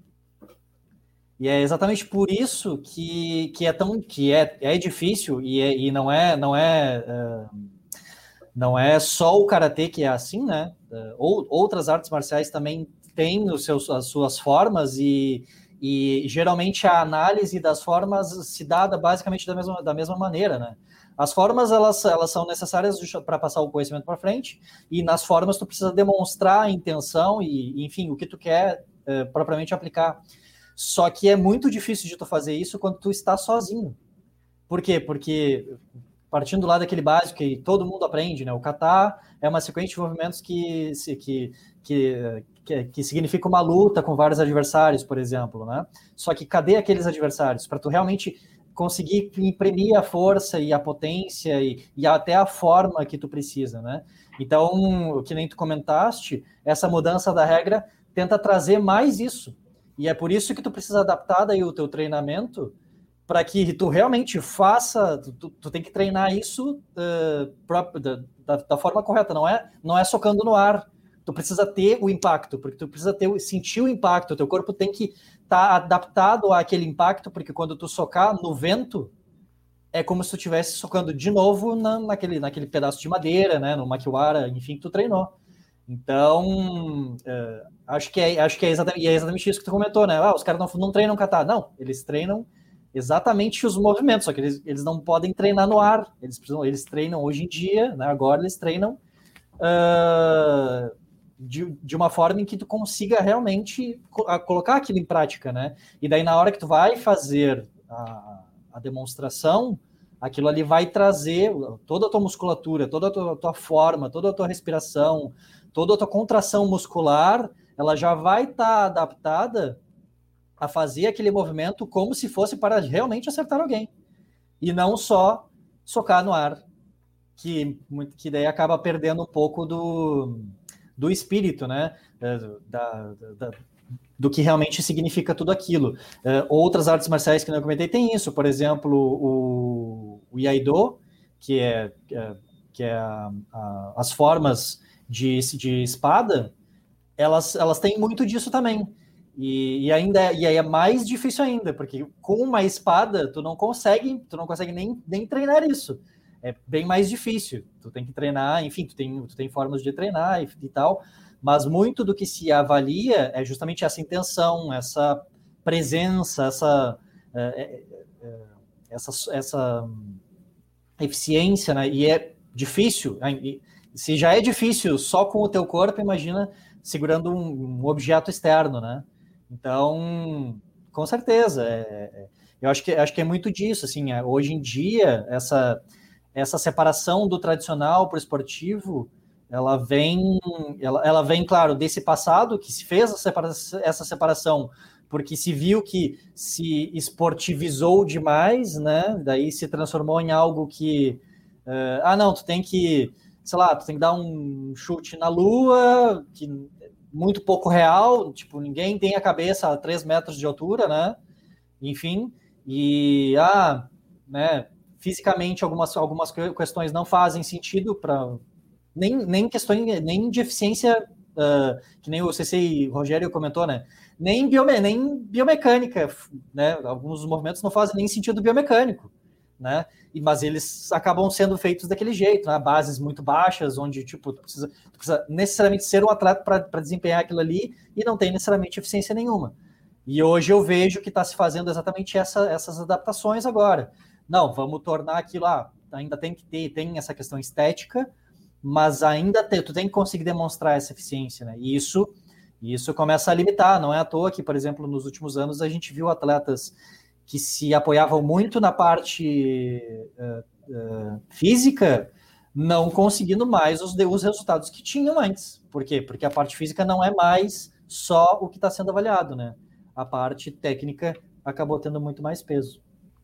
E é exatamente por isso que, que é tão que é, é difícil e, é, e não é não é uh, não é só o karatê que é assim, né? Uh, ou, outras artes marciais também têm os seus, as suas formas e, e geralmente a análise das formas se dá basicamente da mesma, da mesma maneira, né? As formas, elas, elas são necessárias para passar o conhecimento para frente, e nas formas tu precisa demonstrar a intenção e, enfim, o que tu quer uh, propriamente aplicar. Só que é muito difícil de tu fazer isso quando tu está sozinho. Por quê? Porque, partindo lá daquele básico que todo mundo aprende, né? O kata é uma sequência de movimentos que, que, que, que, que significa uma luta com vários adversários, por exemplo, né? Só que cadê aqueles adversários? Para tu realmente conseguir imprimir a força e a potência e, e até a forma que tu precisa, né? Então, o que nem tu comentaste, essa mudança da regra tenta trazer mais isso. E é por isso que tu precisa adaptar daí o teu treinamento para que tu realmente faça, tu, tu tem que treinar isso uh, próprio, da, da, da forma correta, não é, não é socando no ar. Tu precisa ter o impacto, porque tu precisa ter, sentir o impacto, o teu corpo tem que estar tá adaptado àquele impacto, porque quando tu socar no vento, é como se tu estivesse socando de novo na, naquele, naquele pedaço de madeira, né, no maquiwara, enfim, que tu treinou. Então, uh, acho que, é, acho que é, exatamente, é exatamente isso que tu comentou, né? Ah, os caras não, não treinam kata. Não, eles treinam exatamente os movimentos, só que eles, eles não podem treinar no ar. Eles, precisam, eles treinam hoje em dia, né, agora eles treinam uh, de, de uma forma em que tu consiga realmente co- colocar aquilo em prática, né? E daí na hora que tu vai fazer a, a demonstração, aquilo ali vai trazer toda a tua musculatura, toda a tua, a tua forma, toda a tua respiração, toda a tua contração muscular, ela já vai estar tá adaptada a fazer aquele movimento como se fosse para realmente acertar alguém. E não só socar no ar, que, que daí acaba perdendo um pouco do, do espírito, né? Da, da, do que realmente significa tudo aquilo. Uh, outras artes marciais que eu comentei tem isso, por exemplo, o, o Iaido, que é, que é a, a, as formas de, de espada, elas, elas têm muito disso também. E, e ainda e aí é mais difícil ainda, porque com uma espada tu não consegue, tu não consegue nem, nem treinar isso. É bem mais difícil. Tu tem que treinar, enfim, tu tem, tu tem formas de treinar e, e tal. Mas muito do que se avalia é justamente essa intenção, essa presença, essa, é, é, essa, essa eficiência, né? E é difícil. Se já é difícil só com o teu corpo, imagina segurando um, um objeto externo, né? Então, com certeza, é, é, eu acho que, acho que é muito disso. Assim, é, hoje em dia, essa, essa separação do tradicional para o esportivo, ela vem, ela, ela vem, claro, desse passado que se fez essa separação, essa separação, porque se viu que se esportivizou demais, né? Daí se transformou em algo que, uh, ah, não, tu tem que, sei lá, tu tem que dar um chute na lua, que muito pouco real, tipo, ninguém tem a cabeça a três metros de altura, né? Enfim, e, ah, né, fisicamente algumas, algumas questões não fazem sentido para... Nem, nem questões, nem de eficiência, uh, que nem o C C e o Rogério comentou, né? Nem, biome, nem biomecânica, né? Alguns movimentos não fazem nem sentido biomecânico, né? E, mas eles acabam sendo feitos daquele jeito, né? Bases muito baixas, onde, tipo, tu precisa, tu precisa necessariamente ser um atleta para desempenhar aquilo ali e não tem necessariamente eficiência nenhuma. E hoje eu vejo que está se fazendo exatamente essa, essas adaptações agora. Não, vamos tornar aquilo, ah, ainda tem que ter, tem essa questão estética, mas ainda tem, tu tem que conseguir demonstrar essa eficiência, né? E isso, isso começa a limitar, não é à toa que, por exemplo, nos últimos anos a gente viu atletas que se apoiavam muito na parte uh, uh, física, não conseguindo mais os, os resultados que tinham antes. Por quê? Porque a parte física não é mais só o que está sendo avaliado, né? A parte técnica acabou tendo muito mais peso.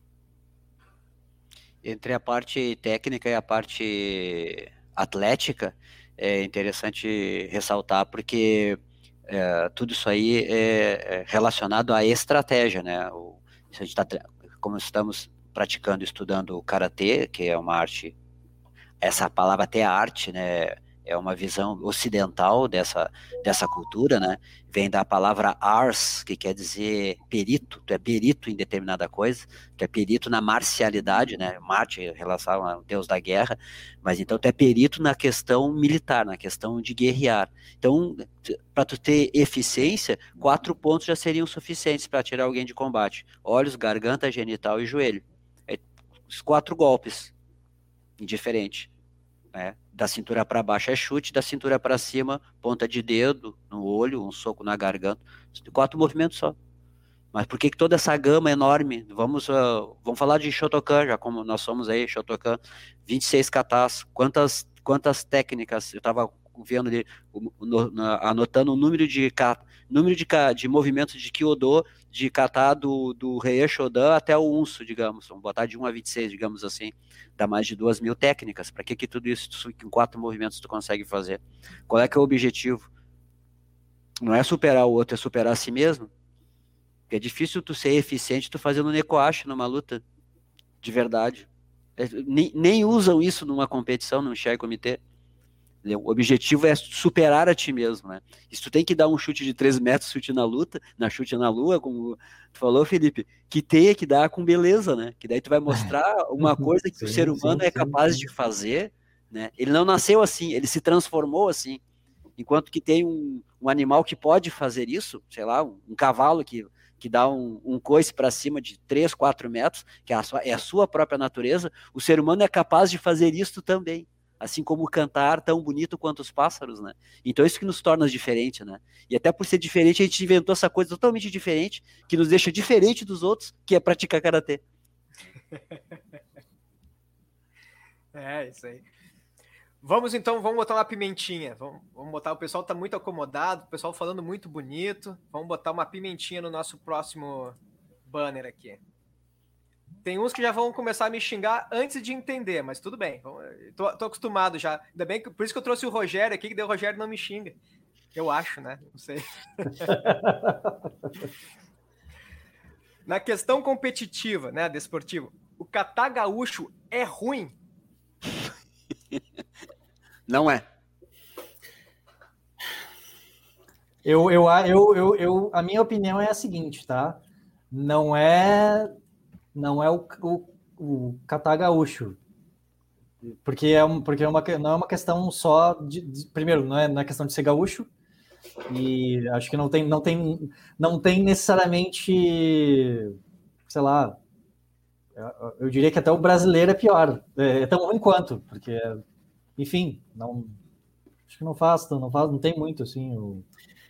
Entre a parte técnica e a parte atlética, é interessante ressaltar, porque é, tudo isso aí é relacionado à estratégia, né? O, se a gente tá, como estamos praticando, estudando o karatê, que é uma arte, essa palavra até arte, né? É uma visão ocidental dessa, dessa cultura, né? Vem da palavra ars, que quer dizer perito, tu é perito em determinada coisa, tu é perito na marcialidade, né? Marte, em relação ao deus da guerra, mas então tu é perito na questão militar, na questão de guerrear. Então, para tu ter eficiência, quatro pontos já seriam suficientes para tirar alguém de combate: olhos, garganta, genital e joelho. É, os quatro golpes, indiferente. É, da cintura para baixo é chute, da cintura para cima, ponta de dedo no olho, um soco na garganta, quatro movimentos só. Mas por que, que toda essa gama enorme? Vamos, uh, vamos falar de Shotokan, já como nós somos aí, Shotokan, vinte e seis katas, quantas, quantas técnicas, eu estava vendo ali, no, na, anotando o número de número de, de movimentos de Kyudo, de kata do, do Rei Shodan até o Unso, digamos, vamos botar de um a vinte e seis, digamos assim, dá mais de duas mil técnicas. Para que, que tudo isso em quatro movimentos tu consegue fazer? Qual é que é o objetivo? Não é superar o outro, é superar a si mesmo. Porque é difícil tu ser eficiente tu fazendo necoache numa luta de verdade. É, nem, nem usam isso numa competição, num share comitê. O objetivo é superar a ti mesmo, né? E se tu tem que dar um chute de três metros, chute na luta, na chute na lua, como tu falou, Felipe, que tenha que dar com beleza, né? Que daí tu vai mostrar uma coisa que sim, o ser humano sim, é capaz sim, sim. de fazer, né? Ele não nasceu assim, ele se transformou assim. Enquanto que tem um, um animal que pode fazer isso, sei lá, um, um cavalo que, que dá um, um coice para cima de três, quatro metros, que é a, sua, é a sua própria natureza, o ser humano é capaz de fazer isso também. Assim como cantar tão bonito quanto os pássaros, né? Então isso que nos torna diferente, né? E até por ser diferente, a gente inventou essa coisa totalmente diferente, que nos deixa diferente dos outros, que é praticar karatê. É, isso aí. Vamos então, vamos botar uma pimentinha. Vamos, vamos botar, o pessoal tá muito acomodado, o pessoal falando muito bonito. Vamos botar uma pimentinha no nosso próximo banner aqui. Tem uns que já vão começar a me xingar antes de entender, mas tudo bem. Tô, tô acostumado já. Ainda bem que por isso que eu trouxe o Rogério aqui, que daí o Rogério não me xinga. Eu acho, né? Não sei. Na questão competitiva, né, desportiva, o kata gaúcho é ruim? Não é. Eu, eu, eu, eu, eu, a minha opinião é a seguinte, tá? Não é... Não é o, o, o kata gaúcho, porque, é, um, porque é uma, não é uma questão só de, de... Primeiro, não é, não é questão de ser gaúcho, e acho que não tem, não tem, não tem necessariamente, sei lá, eu, eu diria que até o brasileiro é pior, é, é tão ruim quanto, porque, enfim, não, acho que não faz, não faz, não tem muito, assim, o,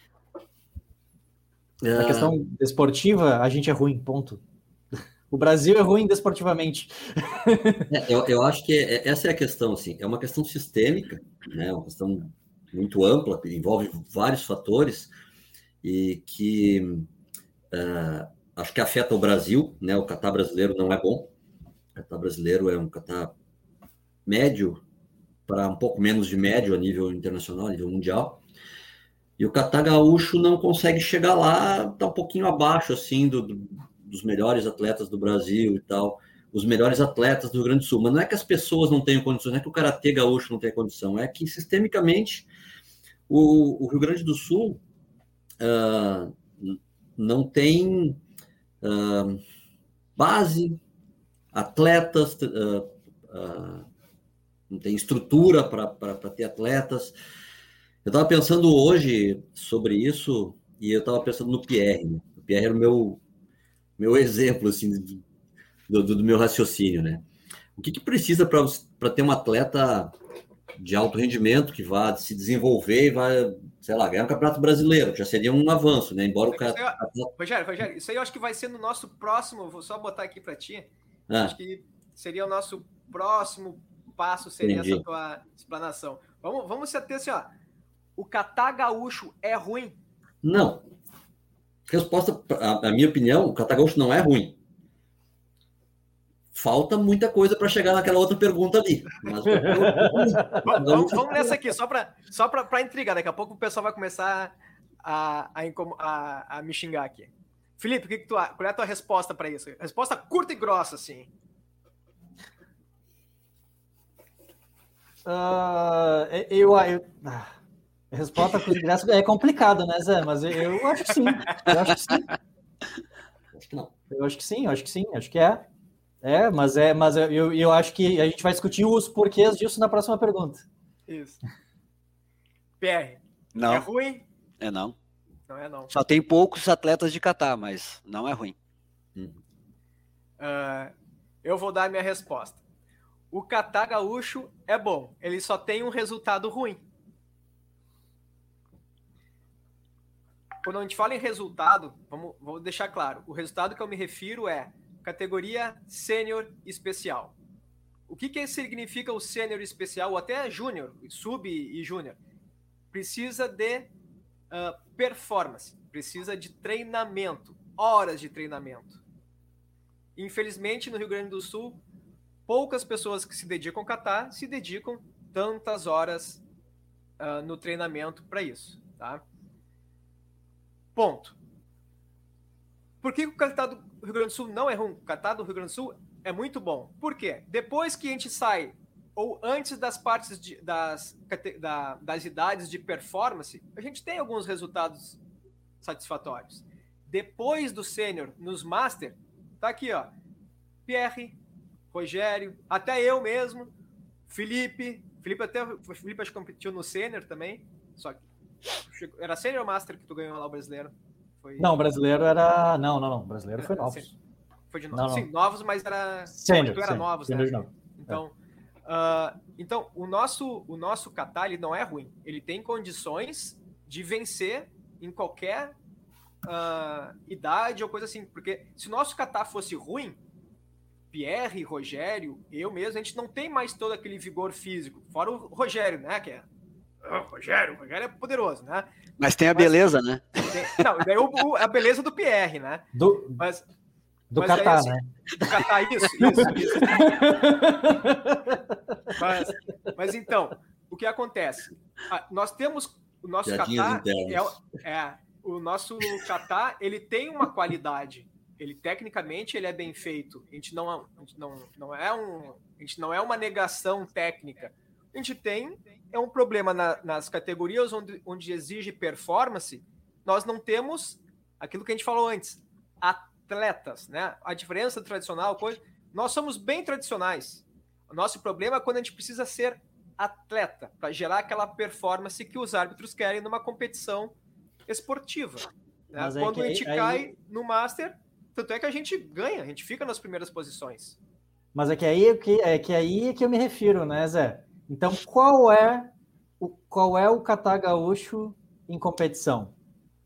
é... na questão desportiva, a gente é ruim, ponto. O Brasil é ruim desportivamente. É, eu, eu acho que é, essa é a questão, assim, é uma questão sistêmica, né, uma questão muito ampla, envolve vários fatores e que uh, acho que afeta o Brasil, né, o kata brasileiro não é bom, o kata brasileiro é um kata médio para um pouco menos de médio a nível internacional, a nível mundial, e o kata gaúcho não consegue chegar lá, está um pouquinho abaixo, assim, do, do dos melhores atletas do Brasil e tal, os melhores atletas do Rio Grande do Sul. Mas não é que as pessoas não tenham condições, não é que o karatê gaúcho não tenha condição, é que, sistemicamente, o, o Rio Grande do Sul uh, não tem uh, base, atletas, uh, uh, não tem estrutura para ter atletas. Eu estava pensando hoje sobre isso e eu estava pensando no Pierre. Né? O Pierre era o meu meu exemplo, assim, do, do, do meu raciocínio, né? O que, que precisa para ter um atleta de alto rendimento que vá se desenvolver e vá, sei lá, ganhar um campeonato brasileiro, que já seria um avanço, né? Embora o cara... Aí, Rogério, Rogério, isso aí eu acho que vai ser no nosso próximo, vou só botar aqui para ti, ah. acho que seria o nosso próximo passo, seria Entendi. Essa tua explanação. Vamos, vamos se ater assim, ó, o kata gaúcho é ruim? Não. Resposta, a, a minha opinião, o kata gaúcho não é ruim. Falta muita coisa para chegar naquela outra pergunta ali. Mas... vamos, vamos nessa aqui, só para só para intrigar. Daqui a pouco o pessoal vai começar a, a, a, a me xingar aqui. Felipe, o que que tu, qual é a tua resposta para isso? Resposta curta e grossa, assim. Uh, eu... eu... A resposta é complicado, né, Zé? Mas eu, eu acho que sim. Eu acho que sim. Acho que não. Eu acho que sim, eu acho que sim, acho que é. É, mas é, mas eu, eu acho que a gente vai discutir os porquês disso na próxima pergunta. Isso. P R. Não. É ruim? É não. Não é não. Só tem poucos atletas de kata, mas não é ruim. Hum. Uh, eu vou dar a minha resposta. O kata gaúcho é bom. Ele só tem um resultado ruim. Quando a gente fala em resultado, vamos, vou deixar claro, o resultado que eu me refiro é categoria sênior especial. O que, que significa o sênior especial, ou até júnior, sub e júnior? Precisa de uh, performance, precisa de treinamento, horas de treinamento. Infelizmente, no Rio Grande do Sul, poucas pessoas que se dedicam ao kata se dedicam tantas horas uh, no treinamento para isso, tá? Ponto. por que o kata do Rio Grande do Sul não é ruim? O kata do Rio Grande do Sul é muito bom. Por quê? Depois que a gente sai, ou antes das partes de, das, da, das idades de performance, a gente tem alguns resultados satisfatórios. Depois do sênior, nos master, tá aqui, ó. Pierre, Rogério, até eu mesmo, Felipe, Felipe até Felipe acho que competiu no sênior também, só que era sênior ou master que tu ganhou lá o brasileiro? Foi... Não, o brasileiro era, não, não, não, o brasileiro era, foi novos. Foi de novos, sim, novos, mas era sênior, tu era sênior, novos, sênior, né? Não. Então, é. uh, então o nosso o nosso kata ele não é ruim, ele tem condições de vencer em qualquer uh, idade ou coisa assim, porque se o nosso kata fosse ruim, Pierre, Rogério, eu mesmo, a gente não tem mais todo aquele vigor físico. Fora o Rogério, né? Que é... Oh, Rogério, o Rogério é poderoso, né? Mas tem a mas, beleza, né? Tem... Não, daí o, o, a beleza do Pierre, né? Do, mas, do mas Catar, assim, né? Do Catar, isso, isso, isso. mas, mas então, o que acontece? Ah, nós temos o nosso Catar... É, é, o nosso Catar, ele tem uma qualidade... Ele tecnicamente ele é bem feito. A gente não, a gente não, não é um, a gente não é uma negação técnica. A gente tem é um problema na, nas categorias onde, onde exige performance. Nós não temos aquilo que a gente falou antes, atletas, né? A diferença tradicional, coisa. Nós somos bem tradicionais. O nosso problema é quando a gente precisa ser atleta para gerar aquela performance que os árbitros querem numa competição esportiva. Né? Quando a gente aí... cai no Master, tanto é que a gente ganha, a gente fica nas primeiras posições. Mas é que aí é que, é que, aí é que eu me refiro, né, Zé? Então, qual é o, qual é o kata gaúcho em competição?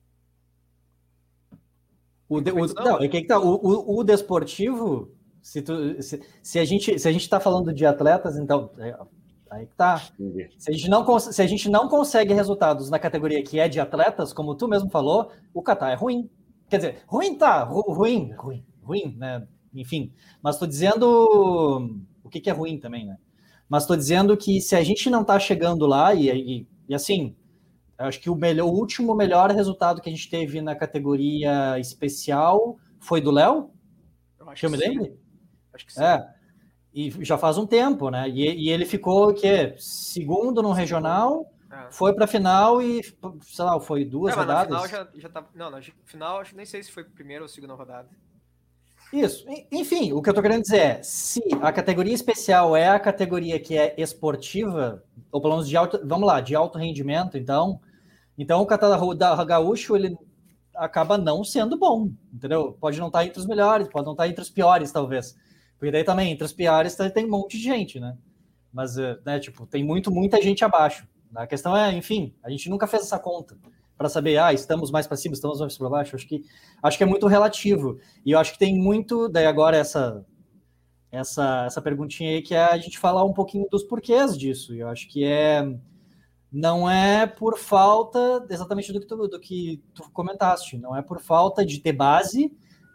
O, de, o, não, é que tá, o, o, o desportivo, se, tu, se, se a gente se a gente está falando de atletas, então, é, aí que tá. Se a, gente não, se a gente não consegue resultados na categoria que é de atletas, como tu mesmo falou, o kata é ruim. Quer dizer, ruim tá, ru, ruim, ruim, ruim, né? Enfim, mas estou dizendo o que, que é ruim também, né? Mas estou dizendo que se a gente não está chegando lá, e, e, e assim, acho que o, melhor, o último melhor resultado que a gente teve na categoria especial foi do Léo? Eu acho que eu me lembro? Sim. Acho que sim. É, e já faz um tempo, né? E, e ele ficou, o quê? Segundo no regional... É. Foi para a final e, sei lá, foi duas é, rodadas. Na final já, já tá, não, na final acho nem sei se foi primeira ou segunda rodada. Isso. Enfim, o que eu tô querendo dizer é, se a categoria especial é a categoria que é esportiva, ou pelo menos de alto, vamos lá, de alto rendimento, então, então o kata da gaúcho, ele acaba não sendo bom, entendeu? Pode não estar entre os melhores, pode não estar entre os piores, talvez. Porque daí também, entre os piores, tem um monte de gente, né? Mas, né, tipo, tem muito, muita gente abaixo. A questão é, enfim, a gente nunca fez essa conta para saber, ah, estamos mais para cima, estamos mais para baixo. Acho que, acho que é muito relativo. E eu acho que tem muito, daí agora essa, essa, essa perguntinha aí, que é a gente falar um pouquinho dos porquês disso. E eu acho que é, não é por falta exatamente do que tu, do que tu comentaste, não é por falta de ter base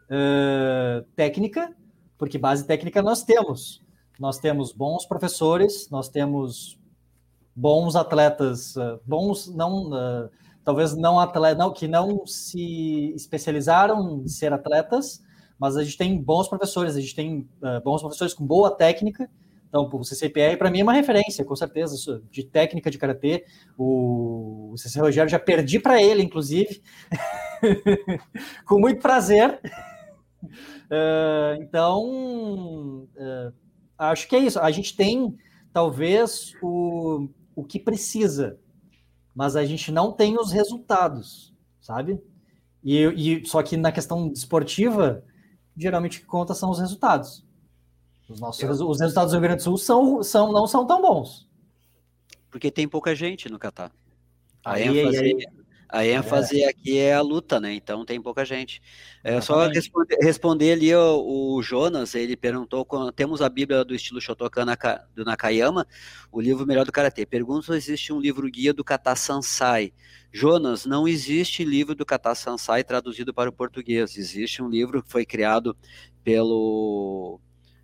uh, técnica, porque base técnica nós temos. Nós temos bons professores, nós temos bons atletas, uh, bons, não, uh, talvez não atletas, não, que não se especializaram em ser atletas, mas a gente tem bons professores, a gente tem uh, bons professores com boa técnica. Então, o C C P R, para mim, é uma referência, com certeza, de técnica de karatê. O, o C C Rogério, já perdi para ele, inclusive, com muito prazer. Uh, então, uh, acho que é isso. A gente tem, talvez, o, o que precisa, mas a gente não tem os resultados, sabe? E, e, só que na questão esportiva, geralmente o que conta são os resultados. Os, nossos, Eu... os resultados do Rio Grande do Sul são, são, não são tão bons. Porque tem pouca gente no Catar. A aí, ênfase, aí, a ênfase é. aqui é a luta, né? Então tem pouca gente. É só responder, responder ali o, o Jonas, ele perguntou, temos a Bíblia do estilo Shotokan do Nakayama, o livro melhor do Karatê. Pergunta se existe um livro guia do Kata Sansai. Jonas, não existe livro do Kata Sansai traduzido para o português. Existe um livro que foi criado pelo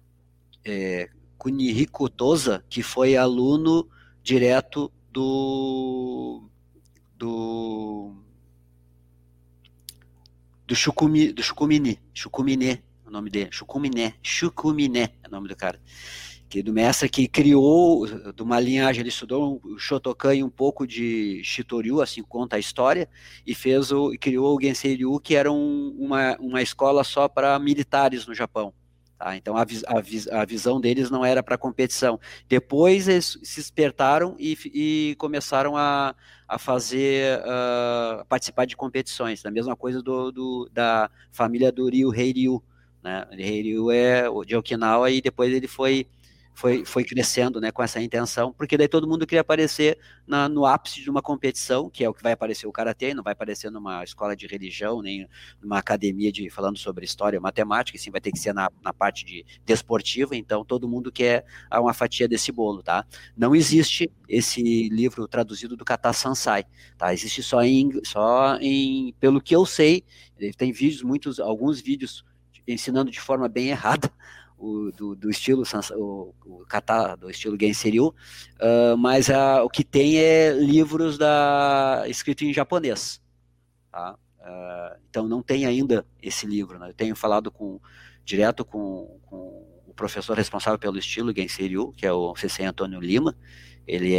é, Kunihiko Tosa, que foi aluno direto do... do do Chukumi, do Chukumini, Chukuminé, o nome dele, Chukuminé, Chukuminé é o nome do cara, que do mestre que criou, de uma linhagem, ele estudou o Shotokan e um pouco de Shitoryu, assim conta a história, e fez o, e criou o Gensei-ryu, que era um, uma, uma escola só para militares no Japão. Tá? Então a, a, a visão deles não era para competição. Depois eles se despertaram e, e começaram a, a fazer, uh, participar de competições. A mesma coisa do, do, da família do Ryu Heiryu. Né? O Heiryu é de Okinawa e depois ele foi Foi, foi crescendo, né, com essa intenção, porque daí todo mundo queria aparecer na, no ápice de uma competição, que é o que vai aparecer o Karatê, não vai aparecer numa escola de religião, nem numa academia de, falando sobre história e matemática, assim, vai ter que ser na, na parte de desportiva, então todo mundo quer uma fatia desse bolo, tá? Não existe esse livro traduzido do Kata Sansai, tá? Existe só em, só em, pelo que eu sei, tem vídeos, muitos, alguns vídeos ensinando de forma bem errada, O, do, do estilo o, o kata, do estilo Gensei-ryu, uh, mas a, o que tem é livros da, escrito em japonês, tá? Uh, então não tem ainda esse livro, né? Eu tenho falado com, direto com, com o professor responsável pelo estilo Gensei-ryu, que é o Sensei Antônio Lima. Ele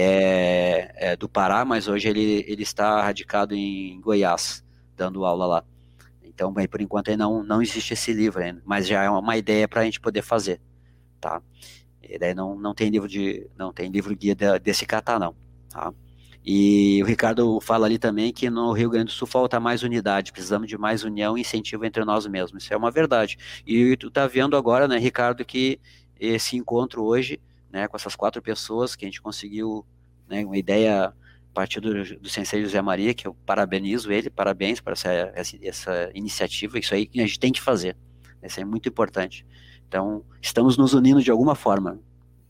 é, é do Pará, mas hoje ele, ele está radicado em Goiás, dando aula lá. Então, bem, por enquanto, não, não existe esse livro ainda, mas já é uma ideia para a gente poder fazer, tá? E daí não, não tem livro de, não tem livro guia de, desse kata, não, tá? E o Ricardo fala ali também que no Rio Grande do Sul falta mais unidade, precisamos de mais união e incentivo entre nós mesmos, isso é uma verdade. E tu tá vendo agora, né, Ricardo, que esse encontro hoje, né, com essas quatro pessoas, que a gente conseguiu, né, uma ideia a partir do, do Sensei José Maria, que eu parabenizo ele, parabéns por essa, essa, essa iniciativa, isso aí que a gente tem que fazer, isso é muito importante. Então, estamos nos unindo de alguma forma.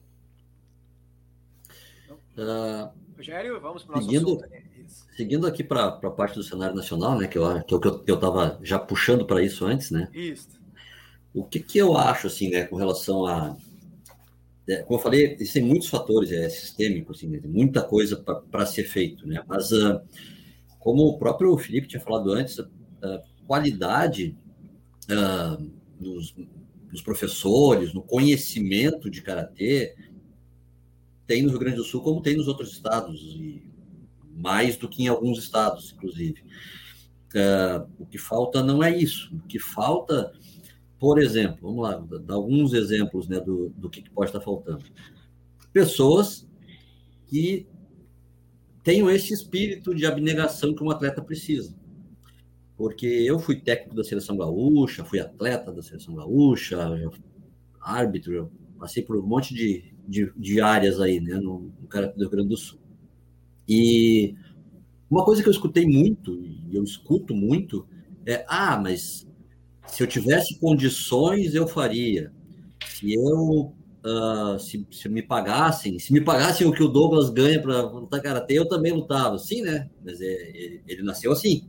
Uh, Rogério, vamos para o nosso seguindo, assunto. Seguindo aqui para a parte do cenário nacional, né, que eu que eu que eu estava já puxando para isso antes, né? Isso. O que que eu acho, assim, né, com relação a... É, como eu falei, existem muitos fatores, é sistêmico, assim, né, tem muita coisa para ser feito, né? Mas, uh, como o próprio Felipe tinha falado antes, a qualidade uh, dos, dos professores, no conhecimento de karatê, tem no Rio Grande do Sul como tem nos outros estados, e mais do que em alguns estados, inclusive. Uh, o que falta não é isso. O que falta... Por exemplo, vamos lá, dar alguns exemplos, né, do, do que pode estar faltando. Pessoas que tenham esse espírito de abnegação que um atleta precisa. Porque eu fui técnico da Seleção Gaúcha, fui atleta da Seleção Gaúcha, árbitro, eu passei por um monte de, de, de áreas aí, né, no, no Karatê do Rio Grande do Sul. E uma coisa que eu escutei muito, e eu escuto muito, é, ah, mas... se eu tivesse condições, eu faria. Se eu uh, se, se me pagassem, se me pagassem o que o Douglas ganha para lutar karatê, eu também lutava. Sim, né? Mas é, ele, ele nasceu assim.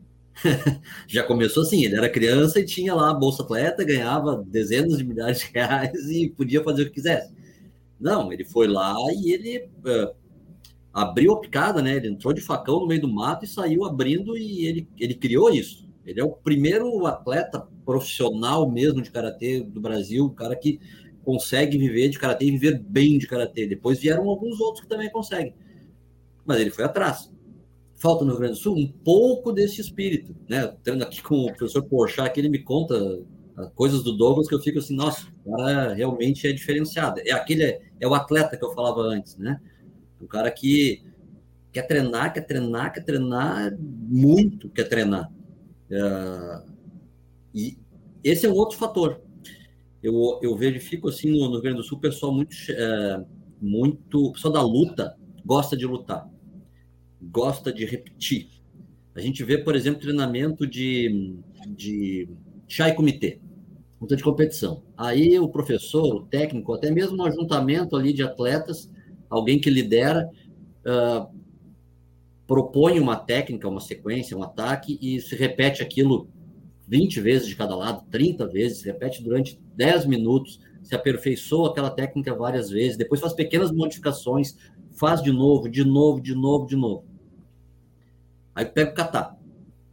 Já começou assim. Ele era criança e tinha lá a Bolsa Atleta, ganhava dezenas de milhares de reais e podia fazer o que quisesse. Não, ele foi lá e ele uh, abriu a picada, né? Ele entrou de facão no meio do mato e saiu abrindo e ele, ele criou isso. Ele é o primeiro atleta profissional mesmo de karatê do Brasil, o cara que consegue viver de karatê e viver bem de karatê. Depois vieram alguns outros que também conseguem. Mas ele foi atrás. Falta no Rio Grande do Sul um pouco desse espírito, né? Tendo aqui com o professor Porchat, que ele me conta coisas do Douglas que eu fico assim, nossa, o cara realmente é diferenciado. É aquele, é o atleta que eu falava antes, né? O cara que quer treinar, quer treinar, quer treinar, muito quer treinar. Uh, e esse é um outro fator. Eu, eu verifico assim no, no Rio Grande do Sul, o pessoal muito, uh, muito, o pessoal da luta gosta de lutar, gosta de repetir. A gente vê, por exemplo, treinamento de, de chá e comitê, luta de competição. Aí o professor, o técnico, até mesmo um ajuntamento ali de atletas, alguém que lidera, uh, propõe uma técnica, uma sequência, um ataque e se repete aquilo vinte vezes de cada lado, trinta vezes, se repete durante dez minutos, se aperfeiçoa aquela técnica várias vezes, depois faz pequenas modificações, faz de novo, de novo, de novo, de novo. Aí pega o kata.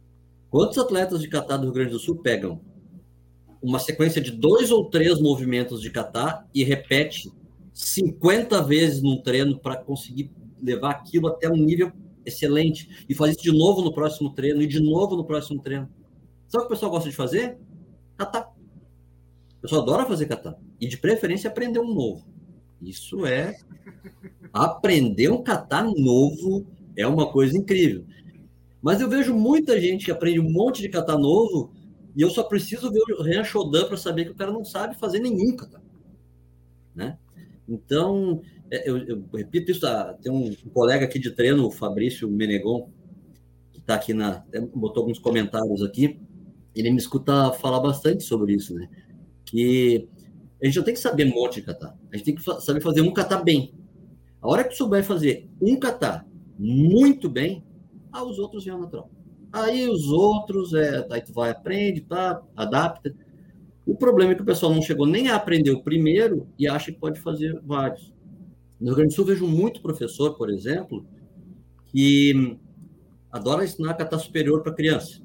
Quantos atletas de kata do Rio Grande do Sul pegam uma sequência de dois ou três movimentos de kata e repete cinquenta vezes num treino para conseguir levar aquilo até um nível excelente e fazer isso de novo no próximo treino e de novo no próximo treino? Sabe o que o pessoal gosta de fazer? Kata. O pessoal adora fazer kata. E de preferência aprender um novo. Isso é... Aprender um kata novo é uma coisa incrível. Mas eu vejo muita gente que aprende um monte de kata novo e eu só preciso ver o Ryan Shodan para saber que o cara não sabe fazer nenhum kata. Né? Então, eu, eu repito isso, tá? Tem um, um colega aqui de treino, o Fabrício Menegon, que está aqui na... botou alguns comentários aqui, ele me escuta falar bastante sobre isso, né? Que a gente não tem que saber um monte de kata, a gente tem que saber fazer um kata bem. A hora que tu souber fazer um kata muito bem, ah, os outros vêm ao natural. Aí os outros, é, aí tu vai, aprende, tá, adapta. O problema é que o pessoal não chegou nem a aprender o primeiro e acha que pode fazer vários. No Rio Grande do Sul, vejo muito professor, por exemplo, que adora ensinar kata superior para criança.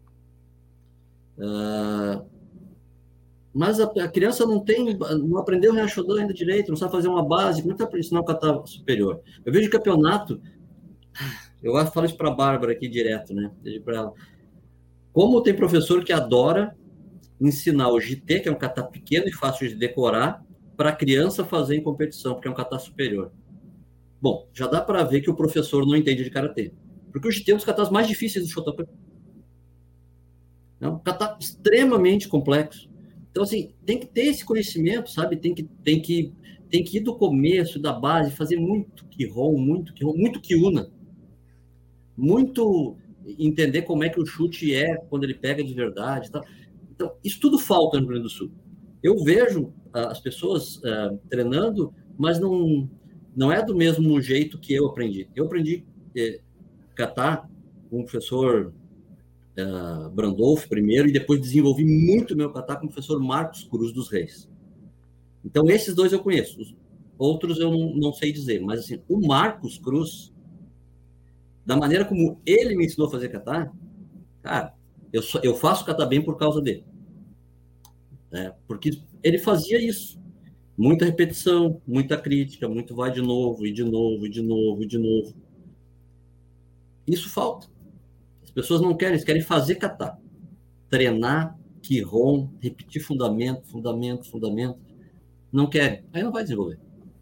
Uh, mas a, a criança não tem, não aprendeu o Ryan Shodan ainda direito, não sabe fazer uma base, como é que vai ensinar o kata superior? Eu vejo campeonato, eu falo isso para a Bárbara aqui direto, né? Para ela. Como tem professor que adora ensinar o J T, que é um kata pequeno e fácil de decorar, para a criança fazer em competição, porque é um kata superior. Bom, já dá para ver que o professor não entende de karatê, porque o J T é um dos katas mais difíceis do Shotokan. É um kata extremamente complexo. Então, assim, tem que ter esse conhecimento, sabe? Tem que, tem que, tem que ir do começo, da base, fazer muito Kihon, muito Kihon, muito Kyuna. Muito entender como é que o chute é quando ele pega de verdade. Tá? Então, isso tudo falta no Rio Grande do Sul. Eu vejo uh, as pessoas uh, treinando, mas não, não é do mesmo jeito que eu aprendi. Eu aprendi eh, kata com o professor uh, Brandolf primeiro e depois desenvolvi muito meu kata com o professor Marcos Cruz dos Reis. Então, esses dois eu conheço. Os outros eu não, não sei dizer. Mas, assim, o Marcos Cruz, da maneira como ele me ensinou a fazer kata, cara, eu, só, eu faço kata bem por causa dele. É, porque ele fazia isso. Muita repetição, muita crítica, muito vai de novo, e de novo, e de novo, e de novo. Isso falta. As pessoas não querem, eles querem fazer kata. Treinar, Kihon, repetir fundamento, fundamento, fundamento. Não querem. Aí não vai desenvolver.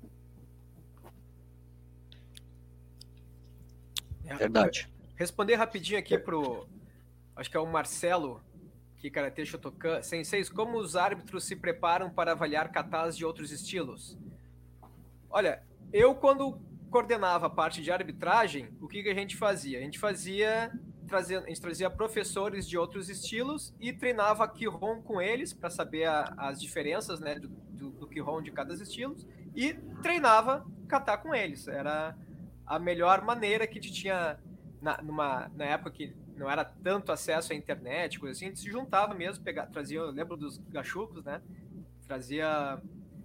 Verdade. Responder rapidinho aqui pro, acho que é o Marcelo, que Karatê Shotokan. Senseis, como os árbitros se preparam para avaliar katas de outros estilos? Olha, eu quando coordenava a parte de arbitragem, o que, que a gente fazia? A gente fazia, trazia, a gente trazia professores de outros estilos e treinava Kihon com eles para saber a, as diferenças, né, do, do, do Kihon de cada estilo e treinava kata com eles. Era a melhor maneira que a gente tinha na, numa, na época que não era tanto acesso à internet, coisa assim, a gente se juntava mesmo, pegava, trazia, eu lembro dos gachucos, né? Trazia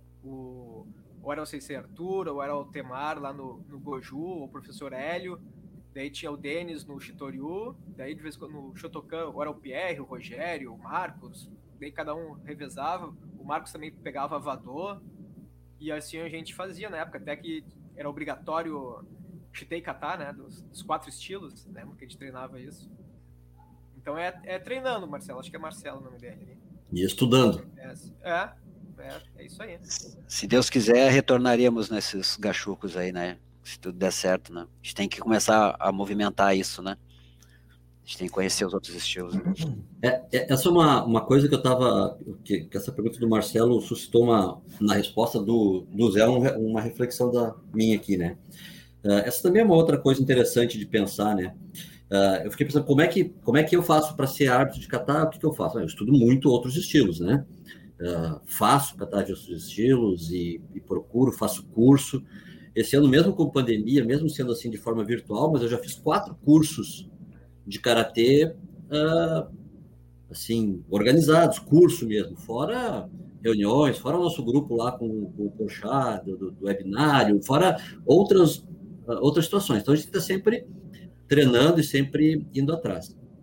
o, ou era o Sensei Arthur, ou era o Temar lá no, no Goju, ou o professor Hélio, daí tinha o Denis no Shitoryu, daí de vez em quando no Shotokan, ou era o Pierre, o Rogério, o Marcos, daí cada um revezava, o Marcos também pegava Vadô, e assim a gente fazia na época, até que era obrigatório Shitei Kata, né, dos, dos quatro estilos, lembra que a gente treinava isso. Então é, é treinando, Marcelo, acho que é Marcelo o nome dele. E estudando. É, é, é, é isso aí. Se Deus quiser, retornaríamos nesses gachucos aí, né, se tudo der certo, né. A gente tem que começar a movimentar isso, né. A gente tem que conhecer os outros estilos. Né? É, é, essa é uma, uma coisa que eu estava... Que, que essa pergunta do Marcelo suscitou uma... Na resposta do, do Zé, uma reflexão da minha aqui, né. Uh, essa também é uma outra coisa interessante de pensar, né? Uh, eu fiquei pensando, como é que, como é que eu faço para ser árbitro de kata? O que, que eu faço? Eu estudo muito outros estilos, né? Uh, faço kata de outros estilos e, e procuro, faço curso. Esse ano, mesmo com pandemia, mesmo sendo assim de forma virtual, mas eu já fiz quatro cursos de karatê, uh, assim, organizados, curso mesmo, fora reuniões, fora o nosso grupo lá com, com o Pochá, do, do, do webinário, fora outras outras situações. Então, a gente está sempre treinando e sempre indo atrás.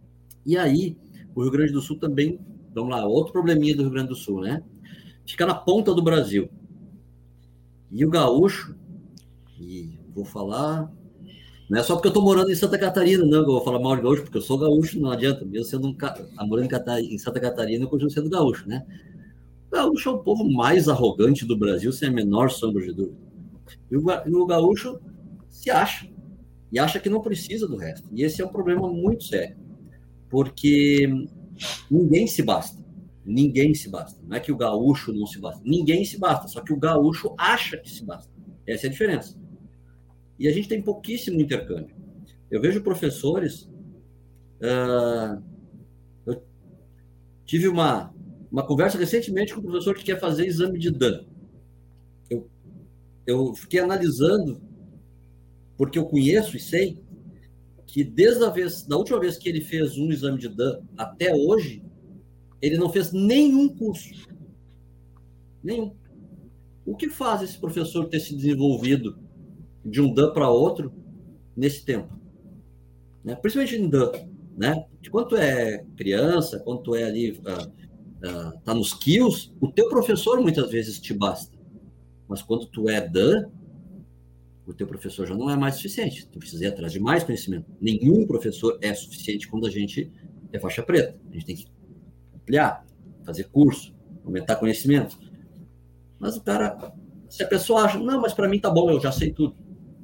E aí, o Rio Grande do Sul também, vamos lá, outro probleminha do Rio Grande do Sul, né? Fica na ponta do Brasil. E o gaúcho, e vou falar, não é só porque eu estou morando em Santa Catarina, não, que eu vou falar mal de gaúcho, porque eu sou gaúcho, não adianta, mesmo sendo um morando em Santa Catarina, eu continuo sendo gaúcho, né? O gaúcho é o povo mais arrogante do Brasil, sem a menor sombra de dúvida. E o gaúcho se acha, e acha que não precisa do resto. E esse é um problema muito sério, porque ninguém se basta. Ninguém se basta. Não é que o gaúcho não se basta. Ninguém se basta, só que o gaúcho acha que se basta. Essa é a diferença. E a gente tem pouquíssimo intercâmbio. Eu vejo professores... Uh, eu tive uma, uma conversa recentemente com um professor que quer fazer exame de D A N. Eu, eu fiquei analisando, porque eu conheço e sei que desde a vez, da última vez que ele fez um exame de D A N até hoje, ele não fez nenhum curso. Nenhum. O que faz esse professor ter se desenvolvido de um D A N para outro nesse tempo? Né? Principalmente em D A N. Né? De quando tu é criança, quando tu é ali, uh, uh, tá nos quilos, o teu professor muitas vezes te basta. Mas quando tu é D A N, o teu professor já não é mais suficiente. Tu precisa ir atrás de mais conhecimento. Nenhum professor é suficiente quando a gente é faixa preta. A gente tem que ampliar, fazer curso, aumentar conhecimento. Mas o cara, se a pessoa acha, não, mas para mim tá bom, eu já sei tudo.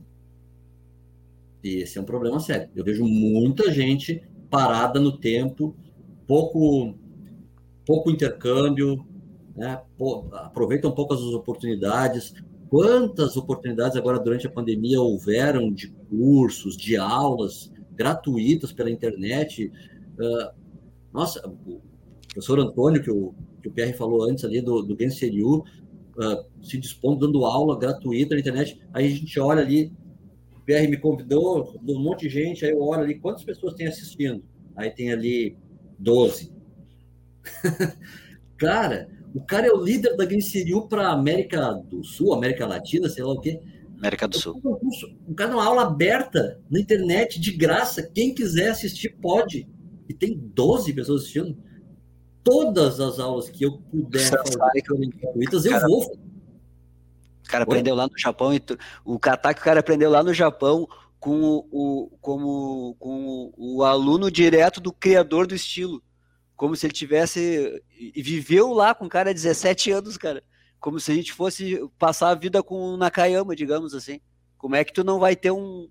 E esse é um problema sério. Eu vejo muita gente parada no tempo, pouco, pouco intercâmbio, né? Pô, aproveitam poucas as oportunidades. Quantas oportunidades agora durante a pandemia houveram de cursos, de aulas gratuitas pela internet? Uh, nossa, o professor Antônio, que o, que o Pierre falou antes ali, do, do Genseriu, uh, se dispondo, dando aula gratuita na internet. Aí a gente olha ali, o Pierre me convidou, um monte de gente, aí eu olho ali, quantas pessoas tem assistindo? Aí tem ali doze. Cara, o cara é o líder da Genseriu para América do Sul, América Latina, sei lá o quê. América do Sul. O cara dá uma aula aberta na internet, de graça. Quem quiser assistir, pode. E tem doze pessoas assistindo. Todas as aulas que eu puder fazer gratuitas, eu cara, vou. O cara Oi? aprendeu lá no Japão. E tu, o kata que o cara aprendeu lá no Japão com o, o, como, com o, o aluno direto do criador do estilo. Como se ele tivesse... E viveu lá com o cara há dezessete anos, cara. Como se a gente fosse passar a vida com o Nakayama, digamos assim. Como é que tu não vai ter um...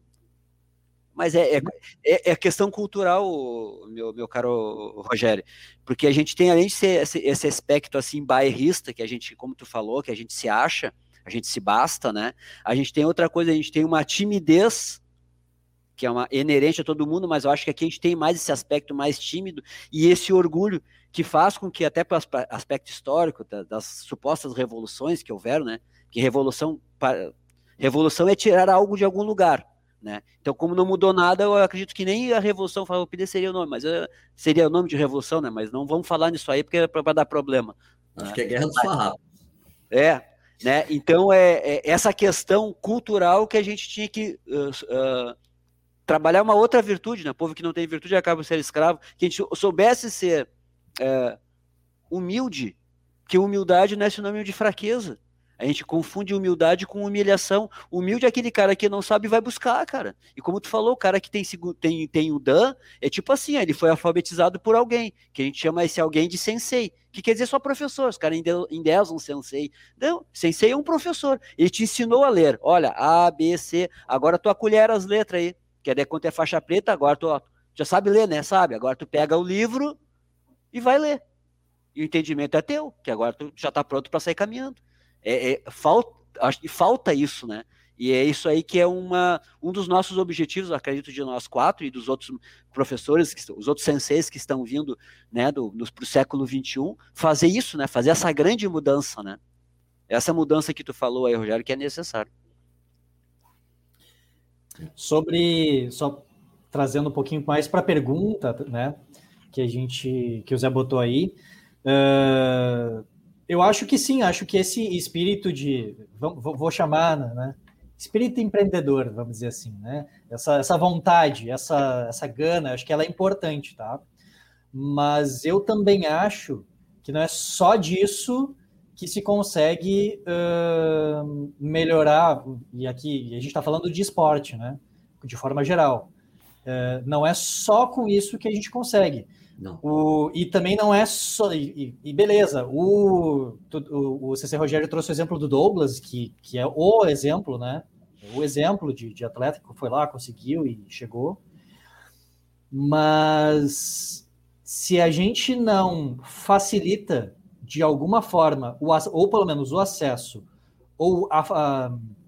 Mas é, é, é questão cultural, meu, meu caro Rogério. Porque a gente tem, além de ser esse, esse aspecto assim, bairrista, que a gente, como tu falou, que a gente se acha, a gente se basta, né? A gente tem outra coisa, a gente tem uma timidez, que é uma inerente a todo mundo, mas eu acho que aqui a gente tem mais esse aspecto mais tímido e esse orgulho que faz com que, até para o aspecto histórico, das, das supostas revoluções que houveram, né? Que revolução, revolução é tirar algo de algum lugar. Né? Então, como não mudou nada, eu acredito que nem a Revolução Farroupilha seria o nome, mas uh, seria o nome de revolução, né? Mas não vamos falar nisso aí porque é para dar problema. Acho né? que é Guerra dos Farrapos. É, né? Então é, é essa questão cultural que a gente tinha que uh, uh, trabalhar uma outra virtude, né? O povo que não tem virtude acaba sendo escravo, que a gente soubesse ser uh, humilde, que humildade não é sinônimo de fraqueza. A gente confunde humildade com humilhação. Humilde é aquele cara que não sabe e vai buscar, cara. E como tu falou, o cara que tem, tem, tem o D A N, é tipo assim, ele foi alfabetizado por alguém, que a gente chama esse alguém de sensei, que quer dizer só professor, os caras endeusam sensei. Não, sensei é um professor, ele te ensinou a ler. Olha, A, B, C, agora tu acolhera as letras aí, que é quando é faixa preta, agora tu ó, já sabe ler, né, sabe? Agora tu pega o livro e vai ler. E o entendimento é teu, que agora tu já tá pronto para sair caminhando. É, é, falta, acho que falta isso, né? E é isso aí que é uma, um dos nossos objetivos, acredito, de nós quatro e dos outros professores, que, os outros senseis que estão vindo, né, do, do, pro século vinte e um, fazer isso, né? Fazer essa grande mudança, né? Essa mudança que tu falou aí, Rogério, que é necessário. Sobre, só trazendo um pouquinho mais para a pergunta, né, que a gente, que o Zé botou aí, uh... eu acho que sim, acho que esse espírito de, vou, vou chamar, né, espírito empreendedor, vamos dizer assim, né, essa, essa vontade, essa, essa gana, acho que ela é importante, tá? mas eu também acho que não é só disso que se consegue uh, melhorar, e aqui a gente está falando de esporte, né? De forma geral. Uh, não é só com isso que a gente consegue. Não. O, e também não é só... E, e beleza, o, o, o C C Rogério trouxe o exemplo do Douglas, que, que é o exemplo, né? O exemplo de, de atleta que foi lá, conseguiu e chegou. Mas se a gente não facilita de alguma forma, o, ou pelo menos o acesso, ou a, a,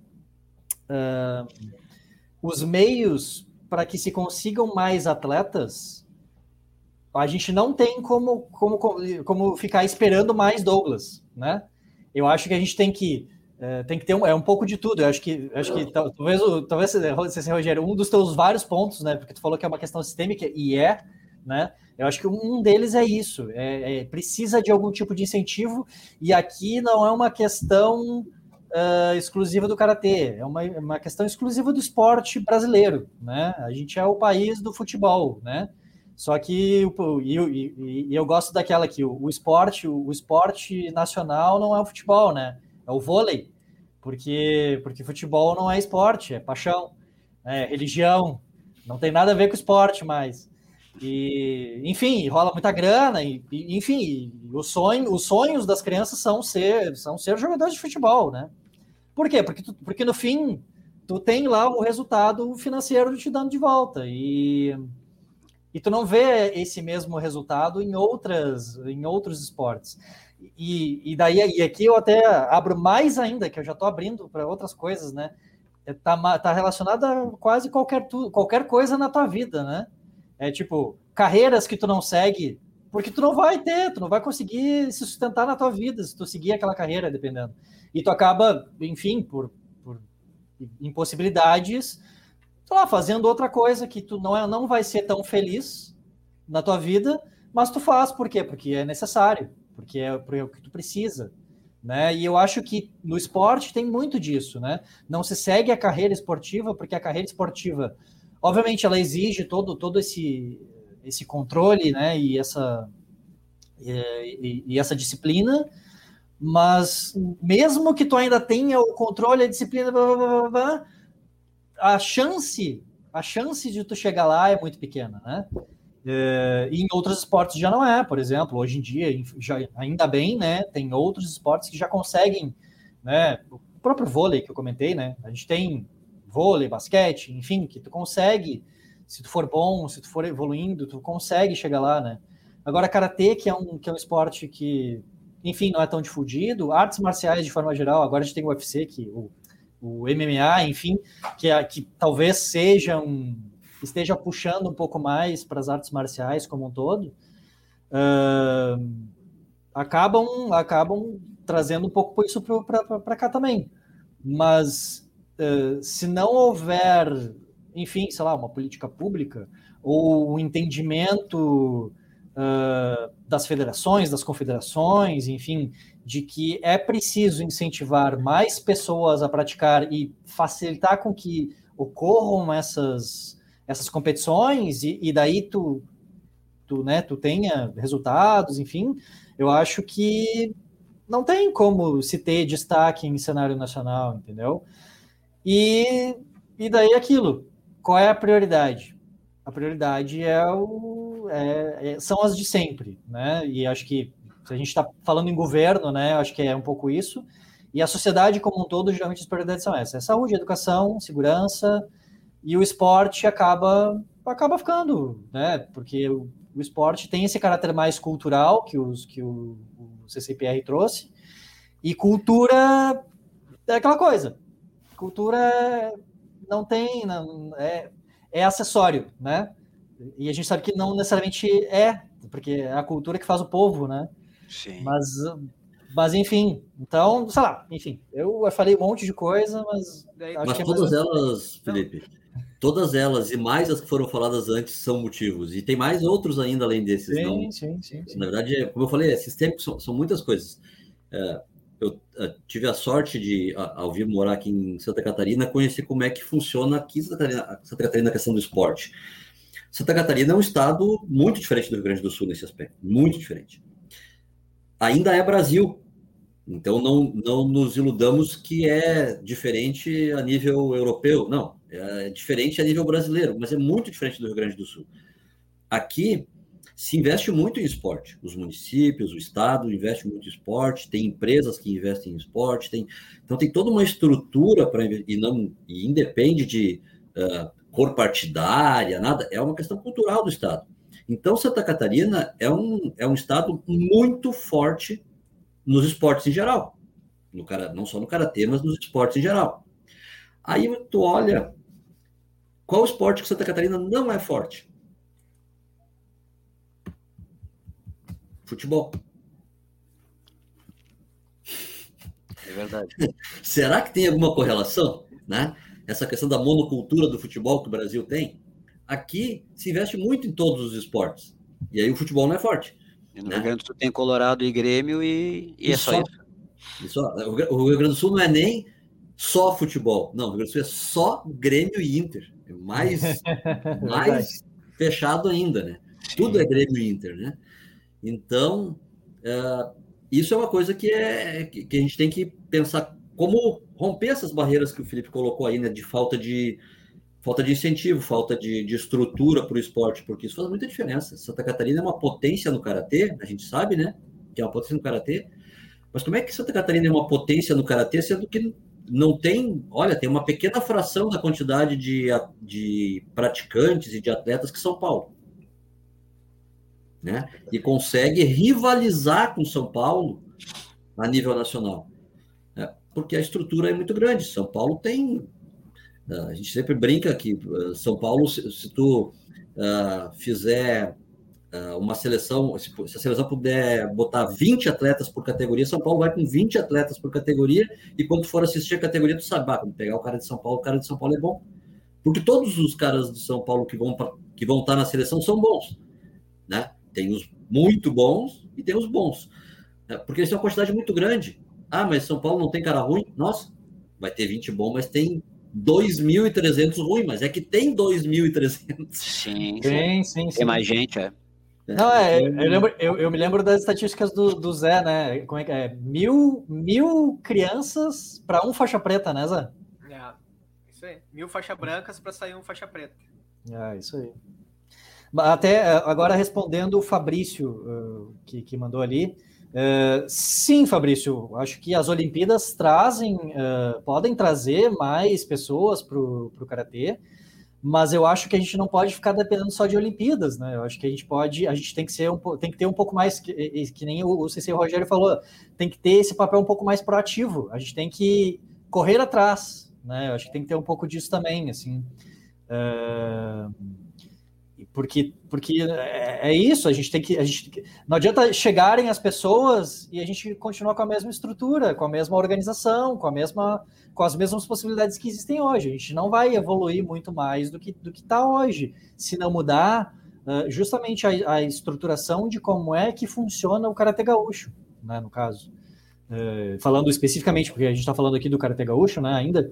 a, os meios para que se consigam mais atletas, a gente não tem como, como, como ficar esperando mais Douglas, né? Eu acho que a gente tem que, é, tem que ter um, é um pouco de tudo. Eu acho que, acho que talvez, talvez, talvez, Rogério, um dos teus vários pontos, né? Porque tu falou que é uma questão sistêmica, e é, né? Eu acho que um deles é isso, é, é, precisa de algum tipo de incentivo, e aqui não é uma questão uh, exclusiva do karatê, é uma, uma questão exclusiva do esporte brasileiro, né? A gente é o país do futebol, né? Só que e, e, e eu gosto daquela aqui, o, o esporte, o, o esporte nacional não é o futebol, né? É o vôlei, porque, porque futebol não é esporte, é paixão, é religião, não tem nada a ver com esporte mais. E, enfim, rola muita grana, e, e enfim, o sonho, os sonhos das crianças são ser, são ser jogadores de futebol, né? Por quê? Porque, tu, porque no fim, tu tem lá o resultado financeiro te dando de volta, e, e tu não vê esse mesmo resultado em, outras, em outros esportes. E, e daí, e aqui eu até abro mais ainda, que eu já estou abrindo para outras coisas, né? Tá, tá relacionado a quase qualquer, qualquer coisa na tua vida, né? É tipo, carreiras que tu não segue, porque tu não vai ter, tu não vai conseguir se sustentar na tua vida se tu seguir aquela carreira, dependendo. E tu acaba, enfim, por, por impossibilidades, sei lá, fazendo outra coisa que tu não, é, não vai ser tão feliz na tua vida, mas tu faz, por quê? Porque é necessário, porque é, porque é o que tu precisa, né? E eu acho que no esporte tem muito disso, né? Não se segue a carreira esportiva, porque a carreira esportiva, obviamente, ela exige todo, todo esse, esse controle, né, e, essa, e, e essa disciplina, mas mesmo que tu ainda tenha o controle, a disciplina, blá, blá, blá, blá, a chance, a chance de tu chegar lá é muito pequena, né? É, e em outros esportes já não é, por exemplo, hoje em dia, já, ainda bem, né, tem outros esportes que já conseguem, né, o próprio vôlei que eu comentei, né, a gente tem vôlei, basquete, enfim, que tu consegue, se tu for bom, se tu for evoluindo, tu consegue chegar lá, né? Agora, karatê, que é um, que é um esporte que, enfim, não é tão difundido, artes marciais de forma geral, agora a gente tem o U F C, que, o, o M M A, enfim, que, é, que talvez seja um, esteja puxando um pouco mais para as artes marciais como um todo, uh, acabam, acabam trazendo um pouco isso para cá também. Mas Uh, se não houver, enfim, sei lá, uma política pública ou um entendimento uh, das federações, das confederações, enfim, de que é preciso incentivar mais pessoas a praticar e facilitar com que ocorram essas, essas competições e, e daí tu, tu, né, tu tenha resultados, enfim, eu acho que não tem como se ter destaque em cenário nacional, entendeu? E, e daí aquilo, qual é a prioridade? A prioridade é o, é, é, são as de sempre, né? E acho que se a gente está falando em governo, né? Acho que é um pouco isso. E a sociedade como um todo, geralmente as prioridades são essas: é saúde, educação, segurança, e o esporte acaba, acaba ficando, né? Porque o, o esporte tem esse caráter mais cultural que, os, que o, o C C I P R trouxe, e cultura é aquela coisa. Cultura não tem, não, é, é acessório, né? E a gente sabe que não necessariamente é, porque é a cultura que faz o povo, né? Sim. Mas, mas enfim, então, sei lá, enfim, eu falei um monte de coisa, mas... Mas acho que todas é mais... elas, Felipe, todas elas e mais as que foram faladas antes são motivos. E tem mais outros ainda além desses. Sim, não? Sim, sim, sim. Na verdade, como eu falei, é sistêmico, são, são muitas coisas. É, eu uh, tive a sorte de, uh, ao vir morar aqui em Santa Catarina, conhecer como é que funciona aqui em Santa Catarina, Santa Catarina a questão do esporte. Santa Catarina é um estado muito diferente do Rio Grande do Sul nesse aspecto, muito diferente. Ainda é Brasil, então não, não nos iludamos que é diferente a nível europeu, não, é diferente a nível brasileiro, mas é muito diferente do Rio Grande do Sul. Aqui se investe muito em esporte, os municípios, o estado investe muito em esporte, tem empresas que investem em esporte, tem, então tem toda uma estrutura para e não e independe de uh, cor partidária, nada, é uma questão cultural do estado. Então Santa Catarina é um, é um estado muito forte nos esportes em geral, no, não só no karatê, mas nos esportes em geral. Aí tu olha, qual esporte que Santa Catarina não é forte? Futebol. É verdade. Será que tem alguma correlação, né? Essa questão da monocultura do futebol que o Brasil tem? Aqui se investe muito em todos os esportes. E aí o futebol não é forte. E no né? Rio Grande do Sul tem Colorado e Grêmio e, e, e é só, só isso. E só. O Rio Grande do Sul não é nem só futebol. Não, o Rio Grande do Sul é só Grêmio e Inter. É mais, mais fechado ainda, né? Sim. Tudo é Grêmio e Inter, né? Então, uh, isso é uma coisa que, é, que, que a gente tem que pensar como romper essas barreiras que o Felipe colocou aí, né, de falta de, falta de incentivo, falta de, de estrutura para o esporte, porque isso faz muita diferença. Santa Catarina é uma potência no karatê, a gente sabe, né, que é uma potência no karatê, mas como é que Santa Catarina é uma potência no karatê, sendo que não tem, olha, tem uma pequena fração da quantidade de, de praticantes e de atletas que São Paulo. Né? E consegue rivalizar com São Paulo a nível nacional, né? Porque a estrutura é muito grande. São Paulo tem, a gente sempre brinca que São Paulo, se, se tu uh, fizer uh, uma seleção, se, se a seleção puder botar vinte atletas por categoria, São Paulo vai com vinte atletas por categoria, e quando tu for assistir a categoria, tu sabe, ah, quando pegar o cara de São Paulo, o cara de São Paulo é bom, porque todos os caras de São Paulo que vão, pra, que vão estar na seleção são bons, né? Tem os muito bons e tem os bons. Porque eles têm uma quantidade muito grande. Ah, mas São Paulo não tem cara ruim? Nossa, vai ter vinte bom, mas tem dois mil e trezentos ruim. Mas é que tem dois mil e trezentos. Sim, sim, sim, sim. Tem mais gente, é. Não, é, eu, lembro, eu, eu me lembro das estatísticas do, do Zé, né? Como é que é? Mil, mil crianças para um faixa preta, né, Zé? É, isso aí. Mil faixas brancas para sair um faixa preta. É, isso aí. Até agora respondendo o Fabrício, uh, que, que mandou ali. Uh, sim, Fabrício, acho que as Olimpíadas trazem, uh, podem trazer mais pessoas para o karatê, mas eu acho que a gente não pode ficar dependendo só de Olimpíadas, né? Eu acho que a gente pode, a gente tem que ser um, tem que ter um pouco mais, que, que nem o, o C C Rogério falou, tem que ter esse papel um pouco mais proativo. A gente tem que correr atrás, né? Eu acho que tem que ter um pouco disso também, assim. Uh, Porque, porque é, é isso, a gente tem que. A gente, não adianta chegarem as pessoas e a gente continuar com a mesma estrutura, com a mesma organização, com, a mesma, com as mesmas possibilidades que existem hoje. A gente não vai evoluir muito mais do que do que está hoje, se não mudar uh, justamente a, a estruturação de como é que funciona o Karatê Gaúcho, né, no caso. Uh, falando especificamente, porque a gente está falando aqui do Karatê Gaúcho, né, ainda.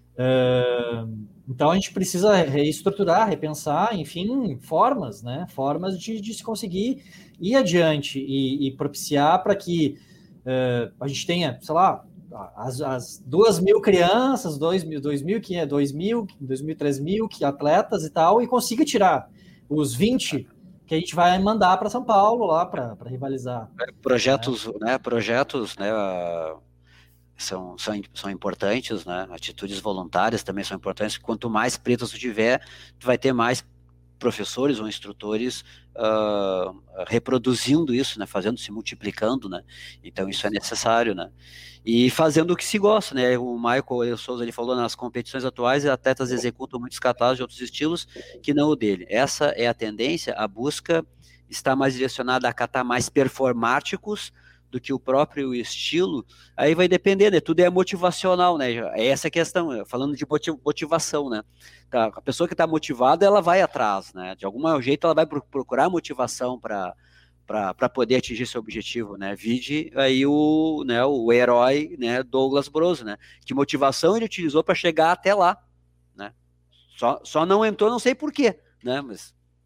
Uh, então a gente precisa reestruturar, repensar, enfim, formas, né? Formas de, de se conseguir ir adiante e, e propiciar para que uh, a gente tenha, sei lá, as, as duas mil crianças, dois mil, dois mil, dois mil, dois mil, três mil atletas e tal, e consiga tirar os vinte que a gente vai mandar para São Paulo lá para rivalizar. Projetos, né? né? Projetos, né? São, são, são importantes, né? Atitudes voluntárias também são importantes. Quanto mais pretos tu tiver, tu vai ter mais professores ou instrutores uh, reproduzindo isso, né? Fazendo, se multiplicando, né? Então isso é necessário, né? E fazendo o que se gosta, né? O Michael Souza, ele falou, nas competições atuais, atletas executam muitos kata's de outros estilos que não o dele. Essa é a tendência, a busca está mais direcionada a kata mais performáticos do que o próprio estilo. Aí vai depender, né? Tudo é motivacional, né? É essa a questão, falando de motivação, né? Tá, a pessoa que está motivada, ela vai atrás, né? De algum jeito ela vai procurar motivação para para poder atingir seu objetivo, né? Vide aí o, né, o herói, né, Douglas Broso, né? Que motivação ele utilizou para chegar até lá, né? Só, só não entrou, não sei porquê, né? Mas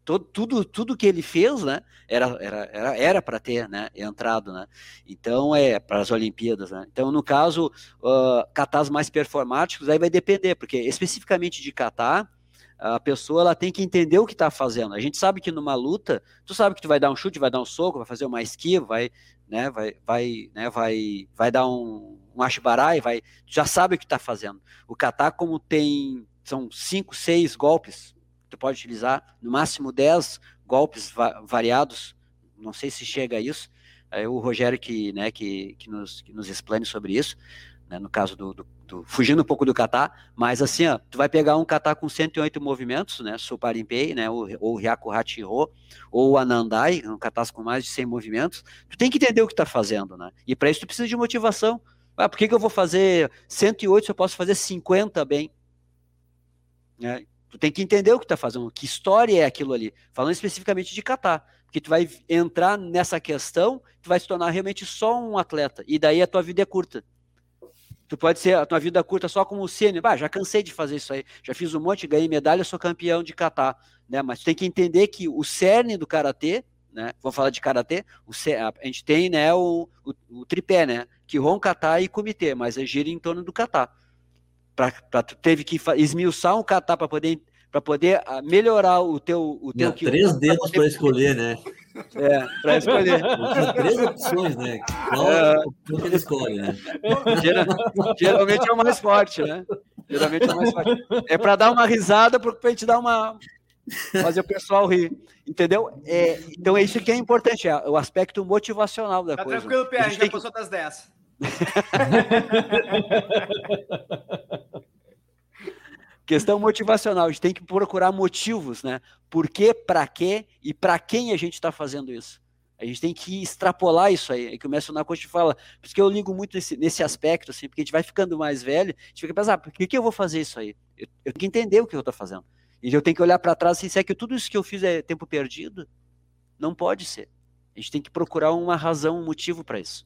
todo, tudo, tudo que ele fez, né, era era era era para ter, né, entrado, né? Então é para as Olimpíadas, né? Então no caso, uh, katas mais performáticos aí vai depender, porque especificamente de kata, a pessoa ela tem que entender o que está fazendo. A gente sabe que numa luta, tu sabe que tu vai dar um chute, vai dar um soco, vai fazer uma esquiva, vai, né, vai, vai, né, vai, vai dar um, um ashibarai, vai, tu já sabe o que está fazendo. O kata, como tem, são cinco, seis golpes, tu pode utilizar no máximo dez golpes va variados, não sei se chega a isso, é o Rogério que, né, que, que, nos, que nos explane sobre isso, né, no caso do, do, do, fugindo um pouco do kata, mas assim, ó, tu vai pegar um kata com cento e oito movimentos, né, Suparimpei, né, ou, ou Ryaku Hachiho, ou Anandai, um kata com mais de cem movimentos, tu tem que entender o que tá fazendo, né, e para isso tu precisa de motivação. Ah, por que que eu vou fazer cento e oito se eu posso fazer cinquenta bem? Né? Tu tem que entender o que tá fazendo, que história é aquilo ali, falando especificamente de kata, porque tu vai entrar nessa questão, tu vai se tornar realmente só um atleta, e daí a tua vida é curta. Tu pode ser a tua vida curta só como o sênior. Bah, já cansei de fazer isso aí. Já fiz um monte, ganhei medalha, sou campeão de kata, né? Mas tu tem que entender que o cerne do karatê, né? Vamos falar de karatê, o cerne, a gente tem, né, o, o, o tripé, né? Kihon, kata e kumite, mas gira em torno do kata. Pra, pra, tu teve que esmiuçar um kata para poder para poder melhorar o teu o teu Tinha três dedos para escolher, né? É, para escolher. Tinha três opções, né? Qual é o que ele escolhe, né? Geral, geralmente é o mais forte, né? Geralmente é o mais forte. É para dar uma risada, para a gente dar uma fazer o pessoal rir, entendeu? É, então é isso que é importante, é o aspecto motivacional da tá coisa. Tá tranquilo, Pierre, a gente já que... passou das dez. Questão motivacional, a gente tem que procurar motivos, né? Por quê, para quê e para quem a gente está fazendo isso. A gente tem que extrapolar isso aí, é que o mestre Nakoshi fala, por isso que eu ligo muito nesse, nesse aspecto, assim, porque a gente vai ficando mais velho, a gente fica pensando, ah, por que, que eu vou fazer isso aí? Eu, eu tenho que entender o que eu estou fazendo. E eu tenho que olhar para trás e se é que tudo isso que eu fiz é tempo perdido, não pode ser. A gente tem que procurar uma razão, um motivo para isso.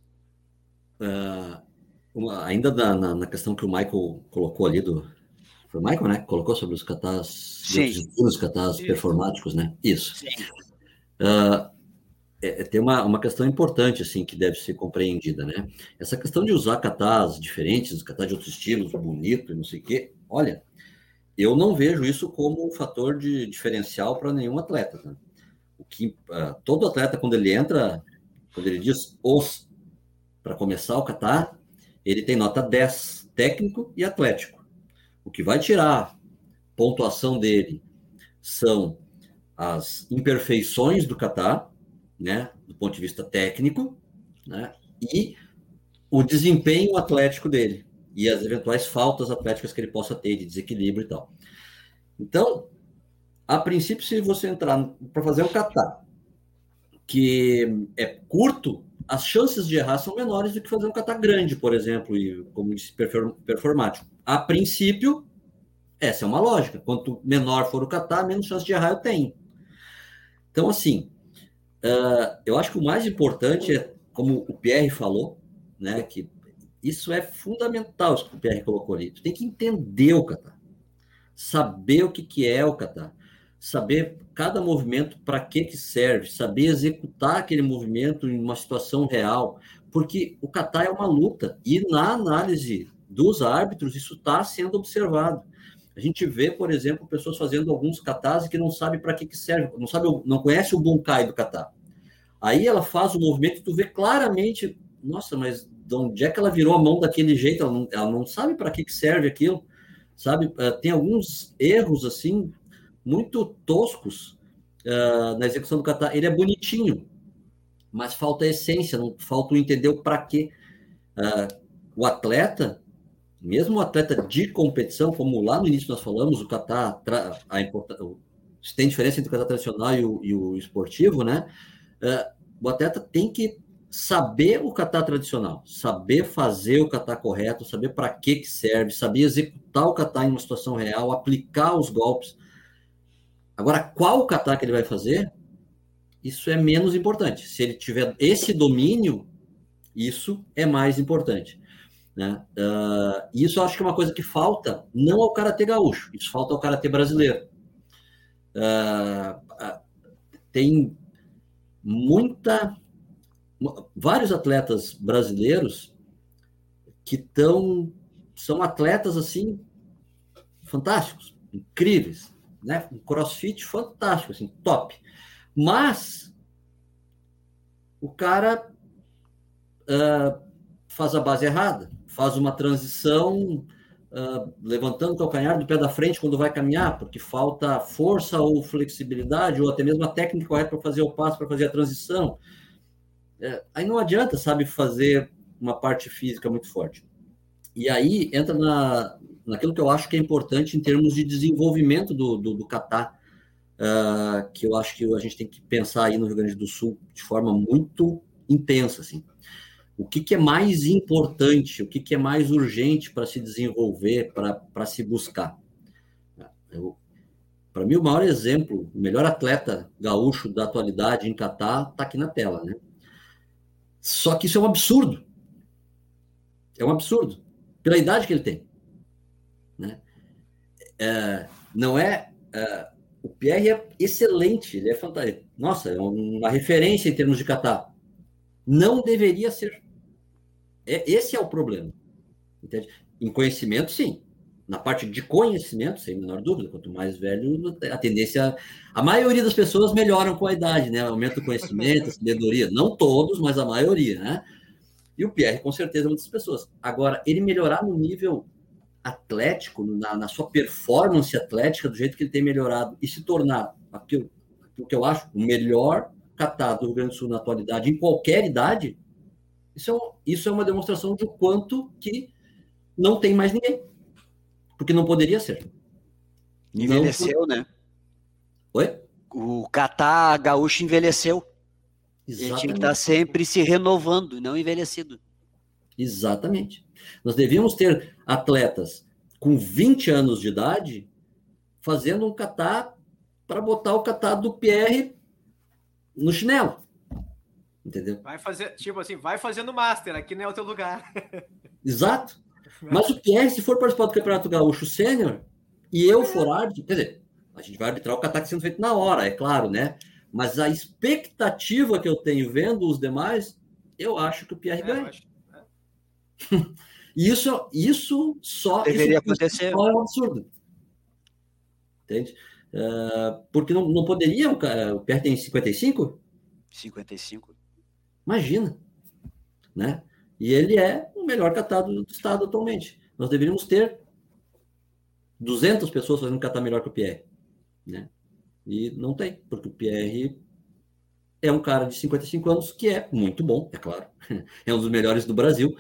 Uh, uma, ainda na, na, na questão que o Michael colocou ali do... Foi o Michael, né? Colocou sobre os katas, os katas performáticos, né? Isso. Sim. Uh, é, tem uma, uma questão importante, assim, que deve ser compreendida, né? Essa questão de usar katas diferentes, katas de outros estilos, bonito e não sei o quê. Olha, eu não vejo isso como um fator de diferencial para nenhum atleta, né? O que, uh, todo atleta, quando ele entra, quando ele diz os, para começar o kata, ele tem nota dez, técnico e atlético. O que vai tirar pontuação dele são as imperfeições do kata, né, do ponto de vista técnico, né, e o desempenho atlético dele, e as eventuais faltas atléticas que ele possa ter, de desequilíbrio e tal. Então, a princípio, se você entrar para fazer um kata que é curto, as chances de errar são menores do que fazer um kata grande, por exemplo, e como disse, performático. A princípio, essa é uma lógica. Quanto menor for o kata, menos chance de errar eu tenho. Então, assim, uh, eu acho que o mais importante é, como o Pierre falou, né, que isso é fundamental, isso que o Pierre colocou ali. Tu tem que entender o kata, saber o que, que é o kata, saber cada movimento para que, que serve, saber executar aquele movimento em uma situação real, porque o kata é uma luta, e na análise dos árbitros, isso está sendo observado. A gente vê, por exemplo, pessoas fazendo alguns katas que não sabem para que, que serve, não sabe, não conhece o bunkai do kata. Aí ela faz o movimento e tu vê claramente, nossa, mas de onde é que ela virou a mão daquele jeito? Ela não, ela não sabe para que, que serve aquilo, sabe? Tem alguns erros, assim, muito toscos uh, na execução do kata. Ele é bonitinho, mas falta a essência, não falta o entender o para quê. Uh, o atleta, mesmo o atleta de competição, como lá no início nós falamos, o kata, a importância, tem diferença entre o kata tradicional e o, e o esportivo, né? Uh, o atleta tem que saber o kata tradicional, saber fazer o kata correto, saber para que que serve, saber executar o kata em uma situação real, aplicar os golpes. Agora, qual kata que ele vai fazer, isso é menos importante. Se ele tiver esse domínio, isso é mais importante. Né? Uh, isso eu acho que é uma coisa que falta não ao karatê gaúcho, isso falta ao karatê brasileiro. Uh, tem muita... Vários atletas brasileiros que estão... São atletas, assim, fantásticos, incríveis, né? Um crossfit fantástico, assim, top. Mas o cara uh, faz a base errada, faz uma transição uh, levantando o calcanhar do pé da frente quando vai caminhar, porque falta força ou flexibilidade, ou até mesmo a técnica correta para fazer o passo, para fazer a transição. Uh, aí não adianta, sabe, fazer uma parte física muito forte. E aí entra na, naquilo que eu acho que é importante em termos de desenvolvimento do, do, do kata, uh, que eu acho que a gente tem que pensar aí no Rio Grande do Sul de forma muito intensa, assim. O que, que é mais importante, o que, que é mais urgente para se desenvolver, para se buscar? Para mim, o maior exemplo, o melhor atleta gaúcho da atualidade em kata está aqui na tela, né? Só que isso é um absurdo. É um absurdo. Pela idade que ele tem. Né? É, não é, é... O Pierre é excelente, ele é fantástico. Nossa, é uma referência em termos de kata. Não deveria ser. É, esse é o problema. Entende? Em conhecimento, sim. Na parte de conhecimento, sem a menor dúvida. Quanto mais velho, a tendência... A maioria das pessoas melhoram com a idade, né? Aumenta o conhecimento, a sabedoria. Não todos, mas a maioria, né? E o Pierre, com certeza, é uma das pessoas. Agora, ele melhorar no nível atlético, na, na sua performance atlética, do jeito que ele tem melhorado, e se tornar aquilo, aquilo que eu acho, o melhor kata do Rio Grande do Sul na atualidade, em qualquer idade, isso é, um, isso é uma demonstração do quanto que não tem mais ninguém. Porque não poderia ser. Envelheceu, não... né? Oi? O kata gaúcho envelheceu. Exatamente. Ele tinha que estar sempre se renovando, não envelhecido. Exatamente. Nós devíamos ter atletas com vinte anos de idade fazendo um kata para botar o kata do Pierre no chinelo. Entendeu? Vai fazer, tipo assim, vai fazendo master, aqui não é o teu lugar. Exato. Mas o Pierre, se for participar do Campeonato Gaúcho Sênior, e eu for árbitro, quer dizer, a gente vai arbitrar o kata sendo feito na hora, é claro, né? Mas a expectativa que eu tenho vendo os demais, eu acho que o Pierre é, ganha. Acho, é. E isso, isso só, deveria isso acontecer. Só é um absurdo. Entende? Uh, porque não, não poderia, o, o Pierre tem cinquenta e cinco? cinquenta e cinco. Imagina. Né? E ele é o melhor catado do estado atualmente. Nós deveríamos ter duzentas pessoas fazendo kata melhor que o Pierre. Né? E não tem, porque o Pierre é um cara de cinquenta e cinco anos que é muito bom, é claro. É um dos melhores do Brasil.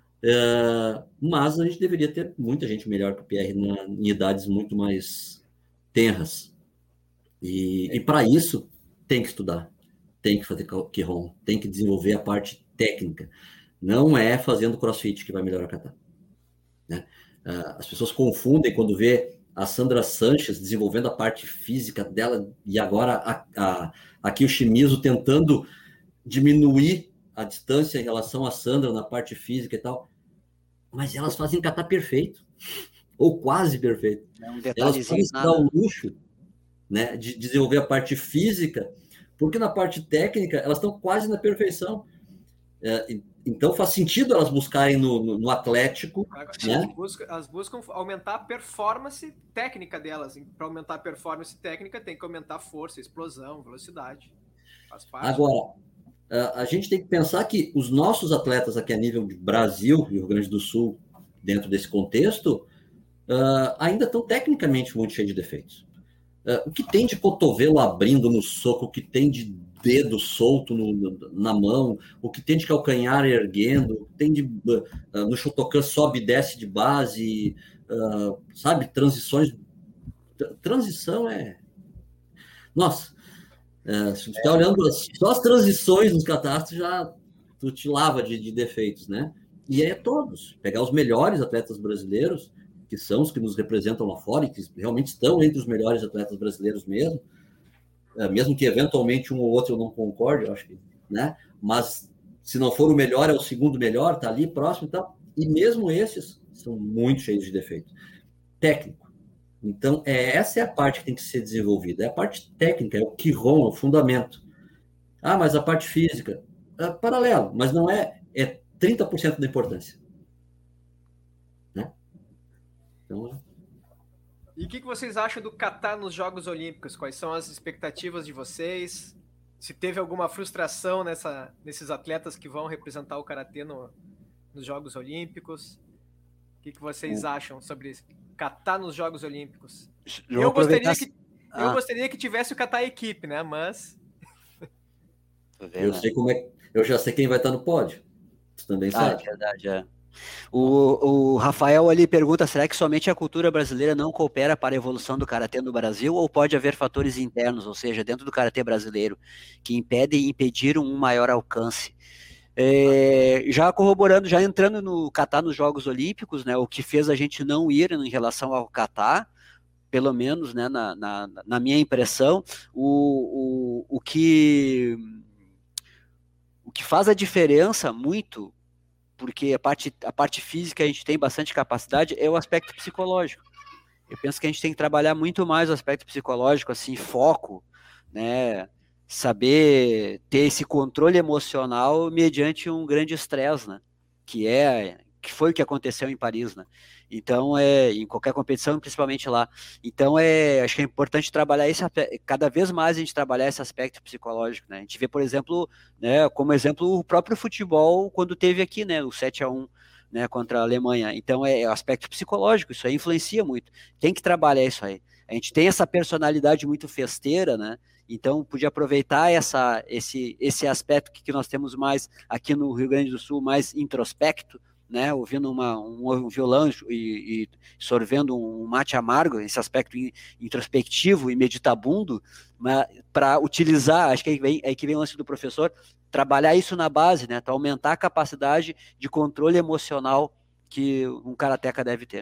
É, mas a gente deveria ter muita gente melhor que o Pierre na, em idades muito mais tenras. E, e para isso, tem que estudar, tem que fazer Kihon, tem que desenvolver a parte técnica. Não é fazendo crossfit que vai melhorar a kata. Né? As pessoas confundem quando vê a Sandra Sanches desenvolvendo a parte física dela, e agora a, a, aqui o Shimizu tentando diminuir a distância em relação à Sandra na parte física e tal. Mas elas fazem kata perfeito, ou quase perfeito. É um elas podem se dar o luxo, né, de desenvolver a parte física, porque na parte técnica elas estão quase na perfeição. É, então faz sentido elas buscarem no, no, no atlético. Né? Elas, buscam, elas buscam aumentar a performance técnica delas. Para aumentar a performance técnica tem que aumentar a força, explosão, velocidade. Faz parte. Agora, a gente tem que pensar que os nossos atletas aqui a nível de Brasil e Rio Grande do Sul, dentro desse contexto, ainda estão tecnicamente muito cheios de defeitos. O que tem de cotovelo abrindo no soco, o que tem de dedo solto no, na mão, o que tem de calcanhar erguendo, o que tem de uh, no Shotokan sobe e desce de base, uh, sabe, transições. Transição é... Nossa, uh, se tu tá olhando as, só as transições nos catas, já tu te lava de, de defeitos, né? E é todos. Pegar os melhores atletas brasileiros, que são os que nos representam lá fora e que realmente estão entre os melhores atletas brasileiros mesmo, mesmo que eventualmente um ou outro eu não concorde, eu acho que, né? Mas se não for o melhor, é o segundo melhor, tá ali próximo e tal. E mesmo esses são muito cheios de defeitos. Técnico. Então, é, essa é a parte que tem que ser desenvolvida. É a parte técnica, é o Quirón, é o fundamento. Ah, mas a parte física, é paralelo, mas não é, é trinta por cento da importância. Né? Então, e o que, que vocês acham do kata nos Jogos Olímpicos? Quais são as expectativas de vocês? Se teve alguma frustração nessa, nesses atletas que vão representar o karatê no, nos Jogos Olímpicos? O que, que vocês acham sobre isso? Kata nos Jogos Olímpicos? Eu, eu, gostaria que, ah. eu gostaria que tivesse o kata equipe, né? Mas... eu, sei como é, eu já sei quem vai estar no pódio. Tu também ah, sabe. É verdade, é. O, o Rafael ali pergunta, será que somente a cultura brasileira não coopera para a evolução do karatê no Brasil ou pode haver fatores internos, ou seja, dentro do karatê brasileiro, que impedem e impediram um maior alcance? É, já corroborando, já entrando no kata nos Jogos Olímpicos, né, o que fez a gente não ir em relação ao kata, pelo menos, né, na, na, na minha impressão, o, o, o, que, o que faz a diferença muito, porque a parte, a parte física a gente tem bastante capacidade, é o aspecto psicológico. Eu penso que a gente tem que trabalhar muito mais o aspecto psicológico, assim, foco, né, saber ter esse controle emocional mediante um grande estresse, né, que é, que foi o que aconteceu em Paris, né, então é, em qualquer competição, principalmente lá, então é, acho que é importante trabalhar esse, cada vez mais a gente trabalhar esse aspecto psicológico, né, a gente vê, por exemplo, né, como exemplo, o próprio futebol, quando teve aqui, né, o sete a um, né, contra a Alemanha, então é, é o aspecto psicológico, isso aí influencia muito, tem que trabalhar isso aí, a gente tem essa personalidade muito festeira, né, então podia aproveitar essa, esse, esse aspecto que, que nós temos mais aqui no Rio Grande do Sul, mais introspecto, né, ouvindo uma, um, um violão e, e sorvendo um mate amargo, esse aspecto introspectivo e meditabundo, para utilizar, acho que aí vem, aí que vem o lance do professor, trabalhar isso na base, né, para aumentar a capacidade de controle emocional que um karateca deve ter.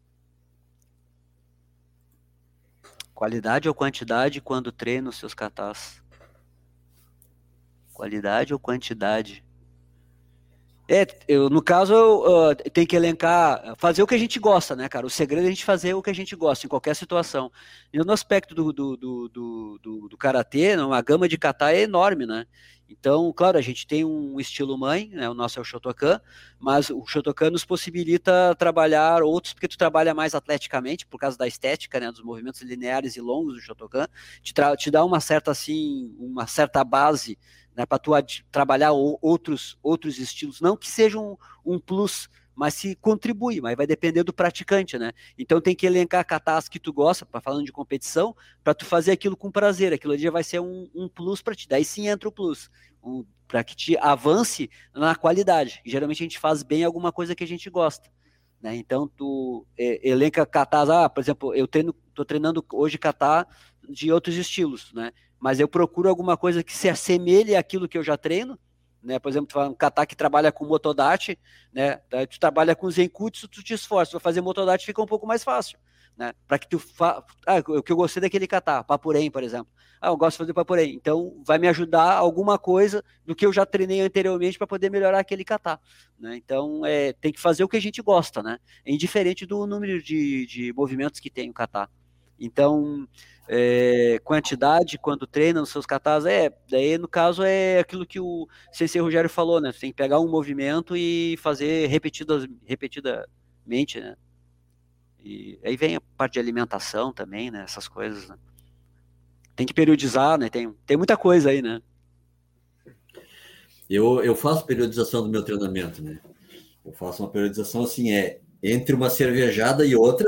Qualidade ou quantidade quando treina os seus katas? Qualidade ou quantidade? É, eu, no caso, eu uh, tenho que elencar, fazer o que a gente gosta, né, cara? O segredo é a gente fazer o que a gente gosta, em qualquer situação. E no aspecto do, do, do, do, do, do karatê, uma gama de kata é enorme, né? Então, claro, a gente tem um estilo mãe, né? O nosso é o Shotokan, mas o Shotokan nos possibilita trabalhar outros, porque tu trabalha mais atleticamente, por causa da estética, né? Dos movimentos lineares e longos do Shotokan, te, te dá uma certa, assim, uma certa base, né, para tu trabalhar outros, outros estilos, não que sejam um, um plus, mas se contribui, mas vai depender do praticante, né? Então tem que elencar katas que tu gosta, para falando de competição, para tu fazer aquilo com prazer, aquilo ali já vai ser um, um plus para ti, daí sim entra o plus, um, para que te avance na qualidade, geralmente a gente faz bem alguma coisa que a gente gosta, né? Então tu é, elenca katas, ah, por exemplo, eu treino, tô treinando hoje kata de outros estilos, né? Mas eu procuro alguma coisa que se assemelhe àquilo que eu já treino, né? Por exemplo, tu fala um kata que trabalha com motodachi, né? Tu trabalha com zenkutsu, tu te esforça, tu vai fazer motodachi fica um pouco mais fácil, né? Para que tu fa... ah, o que eu gostei daquele kata, papurem, por exemplo. Ah, eu gosto de fazer papurem, então vai me ajudar alguma coisa do que eu já treinei anteriormente para poder melhorar aquele kata, né? Então é, tem que fazer o que a gente gosta, né? É indiferente do número de, de movimentos que tem o kata. Então, é, quantidade, quando treina nos seus katas, é, daí no caso é aquilo que o Sensei Rogério falou, né? Você tem que pegar um movimento e fazer repetidas, repetidamente, né? E aí vem a parte de alimentação também, né? Essas coisas, né? Tem que periodizar, né? Tem, tem muita coisa aí, né? Eu, eu faço periodização do meu treinamento, né? Eu faço uma periodização assim, é entre uma cervejada e outra.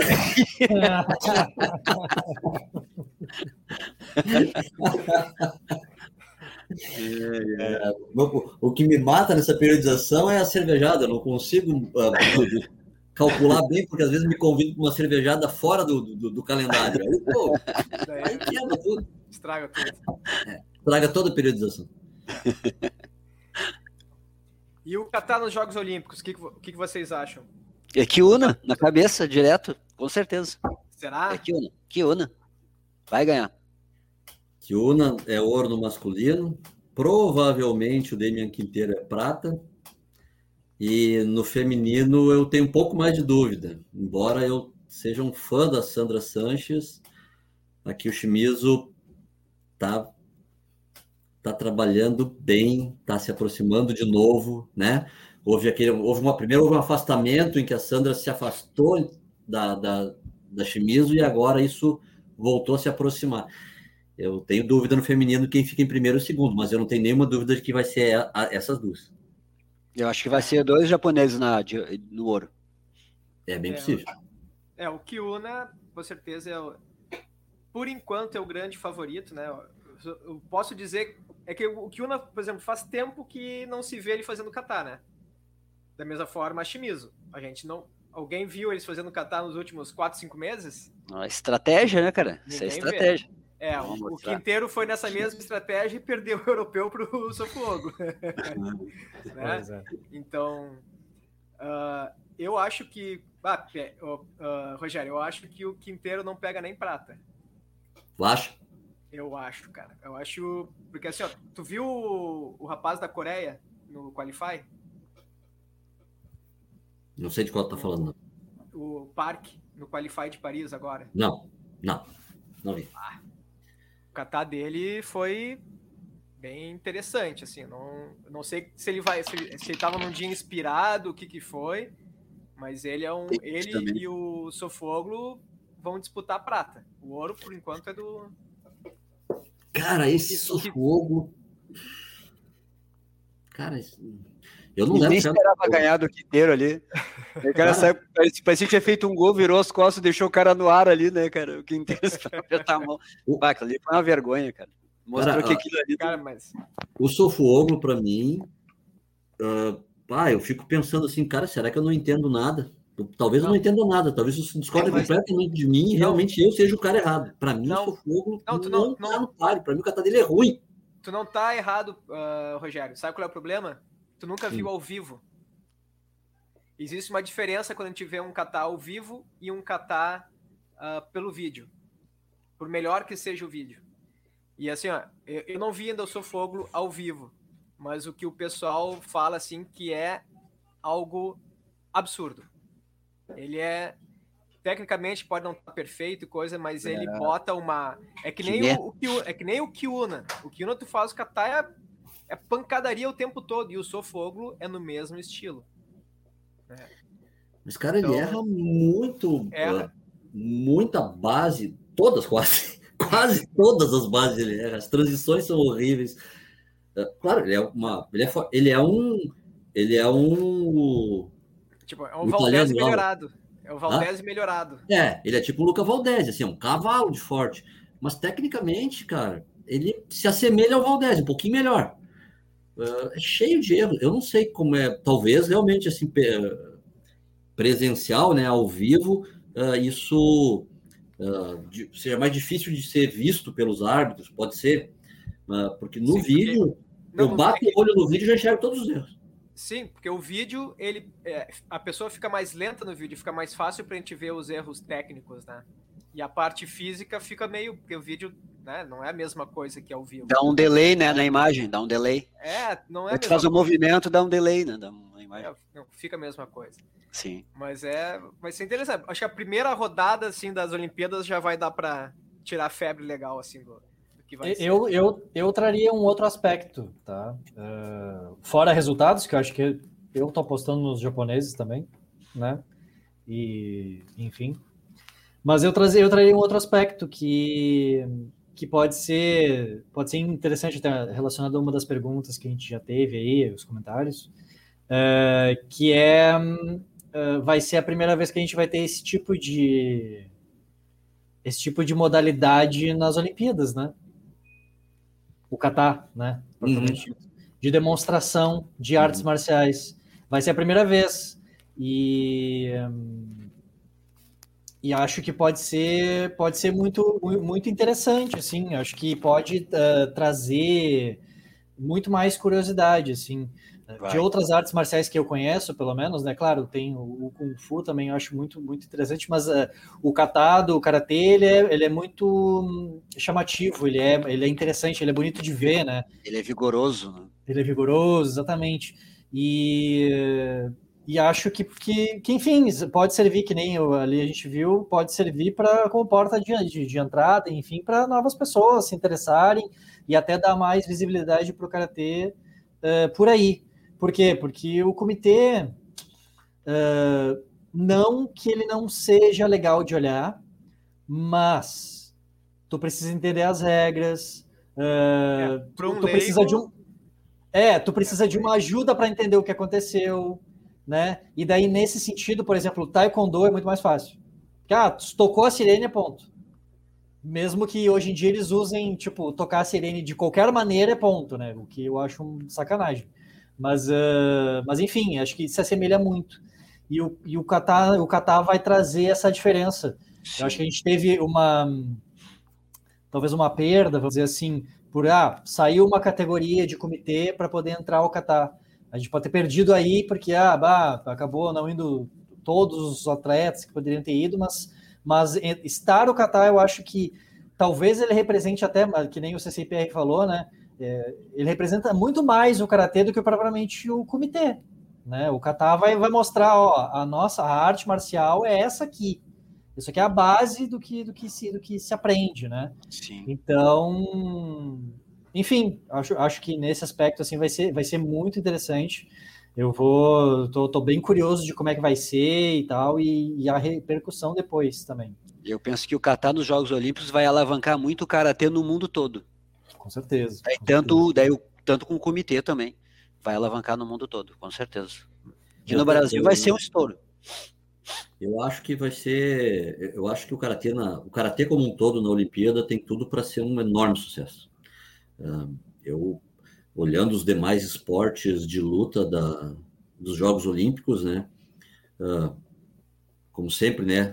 É, é. O, o que me mata nessa periodização é a cervejada. Eu não consigo uh, calcular bem, porque às vezes me convido para uma cervejada fora do, do, do calendário. Aí, pô, aí quebra tudo. Estraga tudo. É, estraga toda a periodização. E o kata nos Jogos Olímpicos, o que, que, que vocês acham? É Kyuna, na cabeça, direto, com certeza. Será? É Kyuna, Kyuna. Vai ganhar. Kyuna é ouro no masculino. Provavelmente o Damian Quinteiro é prata. E no feminino eu tenho um pouco mais de dúvida. Embora eu seja um fã da Sandra Sanches, aqui o Shimizu tá, tá trabalhando bem, tá se aproximando de novo, né? Houve, aquele, houve uma, primeiro houve um afastamento em que a Sandra se afastou da, da, da Shimizu e agora isso voltou a se aproximar. Eu tenho dúvida no feminino quem fica em primeiro ou segundo, mas eu não tenho nenhuma dúvida de que vai ser a, a, essas duas. Eu acho que vai ser dois japoneses na, de, no ouro. É bem É, possível. É, o Kiuna, com certeza, é o, por enquanto, é o grande favorito, né? Eu, eu posso dizer é que o Kiuna, por exemplo, faz tempo que não se vê ele fazendo kata, né? Da mesma forma, a Shimizu. A gente não... Alguém viu eles fazendo kata nos últimos quatro, cinco meses? A estratégia, né, cara? Isso é Ninguém estratégia. Vê. É, Vamos o mostrar. Quinteiro foi nessa mesma estratégia e perdeu o europeu para o Sofuogo. Né? É. Então, uh, eu acho que... Ah, uh, Rogério, eu acho que o Quinteiro não pega nem prata. Tu acha? Eu acho, cara. Eu acho... Porque assim, ó, tu viu o, o rapaz da Coreia no Qualify? Não sei de qual tu tá falando. Não. O Park, no Qualify de Paris agora. Não, não. Não vi. Ah, o kata dele foi bem interessante, assim. Não, não sei se ele vai... Se ele, se ele tava num dia inspirado, o que que foi... Mas ele é um. Ele também. E o Sofuoglu vão disputar prata. O ouro, por enquanto, é do. Cara, esse Sofuoglu. Cara, eu não lembro. Nem esperava cara... ganhar do Quinteiro ali. O cara saiu, parecia, parecia que tinha feito um gol, virou as costas, deixou o cara no ar ali, né, cara? O Quinteiro apertar a mão. O... Ah, aquilo ali foi uma vergonha, cara. Mostrou cara, que aquilo ali. Cara, mas... O Sofuoglu, pra mim. Uh... Ah, eu fico pensando assim, cara, será que eu não entendo nada? Eu, talvez não. eu não entenda nada, talvez isso discorda é, mas... completamente de mim e realmente eu seja o cara errado. Para mim, não. o Sofuoglu não, tu não, não, tá não... no páreo. Para mim, o kata dele é ruim. Tu não tá errado, uh, Rogério. Sabe qual é o problema? Tu nunca Sim. viu ao vivo. Existe uma diferença quando a gente vê um kata ao vivo e um kata uh, pelo vídeo. Por melhor que seja o vídeo. E assim, ó, eu, eu não vi ainda o Sofuoglu ao vivo. Mas o que o pessoal fala, assim, que é algo absurdo. Ele é... Tecnicamente pode não estar perfeito e coisa, mas é. ele bota uma... É que nem, que o, o, é que nem o Kiuna. O Kiuna tu faz o kata é, é pancadaria o tempo todo. E o Sofuoglu é no mesmo estilo. É. Mas, cara, então, ele erra muito... Erra. Muita base. Todas quase. Quase todas as bases ele erra. As transições são horríveis. Claro, ele é uma, ele é, ele é um, ele é um, tipo, é um Valdez melhorado, é o Valdez ah? melhorado. É, ele é tipo o Luca Valdez, assim, é um cavalo de forte, mas tecnicamente, cara, ele se assemelha ao Valdez, um pouquinho melhor. Uh, é cheio de erros. Eu não sei como é, talvez realmente assim presencial, né, ao vivo, uh, isso uh, de, seja mais difícil de ser visto pelos árbitros, pode ser. Porque no Sim, vídeo, porque... não, eu bato o olho no vídeo e já enxergo todos os erros. Sim, porque o vídeo, ele, é, a pessoa fica mais lenta no vídeo, fica mais fácil pra gente ver os erros técnicos, né? E a parte física fica meio... Porque o vídeo, né, não é a mesma coisa que ao vivo. Dá um delay, né, na imagem, dá um delay. É, não é a mesma faz o coisa. movimento, dá um delay, né, na imagem. É, não, fica a mesma coisa. Sim. Mas é... Vai ser interessante. Acho que a primeira rodada, assim, das Olimpíadas já vai dar pra tirar a febre legal, assim, do... Eu, eu, eu traria um outro aspecto, tá? Uh, fora resultados, que eu acho que eu tô apostando nos japoneses também, né? E, enfim. Mas eu, trazia, eu traria um outro aspecto que, que pode ser, pode ser interessante, até relacionado a uma das perguntas que a gente já teve aí, os comentários, uh, que é, uh, vai ser a primeira vez que a gente vai ter esse tipo de, esse tipo de modalidade nas Olimpíadas, né? O kata, né? Uhum. De demonstração de uhum. artes marciais. Vai ser a primeira vez. E, e acho que pode ser, pode ser muito, muito interessante, assim. Acho que pode uh, trazer muito mais curiosidade, assim. Vai. De outras artes marciais que eu conheço, pelo menos, né? Claro, tem o, o Kung Fu também, eu acho muito, muito interessante, mas uh, o kata do karatê, ele é, ele é muito chamativo, ele é, ele é interessante, ele é bonito de ver, né? Ele é vigoroso, né? Ele é vigoroso, exatamente. E, e acho que, que, que, enfim, pode servir, que nem ali a gente viu, pode servir para como porta de, de, de entrada, enfim, para novas pessoas se interessarem e até dar mais visibilidade para o Karatê uh, por aí. Por quê? Porque o comitê, uh, não que ele não seja legal de olhar, mas tu precisa entender as regras, uh, é, tu, um tu precisa de um... É, tu precisa de uma ajuda para entender o que aconteceu, né? E daí, nesse sentido, por exemplo, o Taekwondo é muito mais fácil. Porque, ah, tocou a sirene, é ponto. Mesmo que hoje em dia eles usem, tipo, tocar a sirene de qualquer maneira é ponto, né? O que eu acho um sacanagem. Mas, uh, mas enfim, acho que se assemelha muito. E o, e o kata, o kata vai trazer essa diferença. Sim. Eu acho que a gente teve uma... talvez uma perda, vamos dizer assim, por, ah, saiu uma categoria de comitê para poder entrar o kata. A gente pode ter perdido aí, porque ah, bah, acabou não indo todos os atletas que poderiam ter ido, mas, mas estar o kata, eu acho que talvez ele represente até, que nem o C C P R falou, né? É, ele representa muito mais o karatê do que propriamente o comitê, né? O kata vai, vai mostrar, ó, a nossa a arte marcial é essa aqui. Isso aqui é a base do que, do que, se, do que se aprende, né? Sim. Então, enfim, acho, acho que nesse aspecto assim, vai, ser, vai ser muito interessante. Eu vou, tô, tô bem curioso de como é que vai ser e tal, e, e a repercussão depois também. Eu penso que o kata nos Jogos Olímpicos vai alavancar muito o karatê no mundo todo. Com certeza. Daí, com tanto, certeza. Daí, tanto com o comitê também. Vai alavancar no mundo todo, com certeza. E eu no Brasil eu... vai ser um estouro. Eu acho que vai ser. Eu acho que o karatê, na, o karatê como um todo na Olimpíada tem tudo para ser um enorme sucesso. Uh, eu, olhando os demais esportes de luta da, dos Jogos Olímpicos, né? Uh, como sempre, né?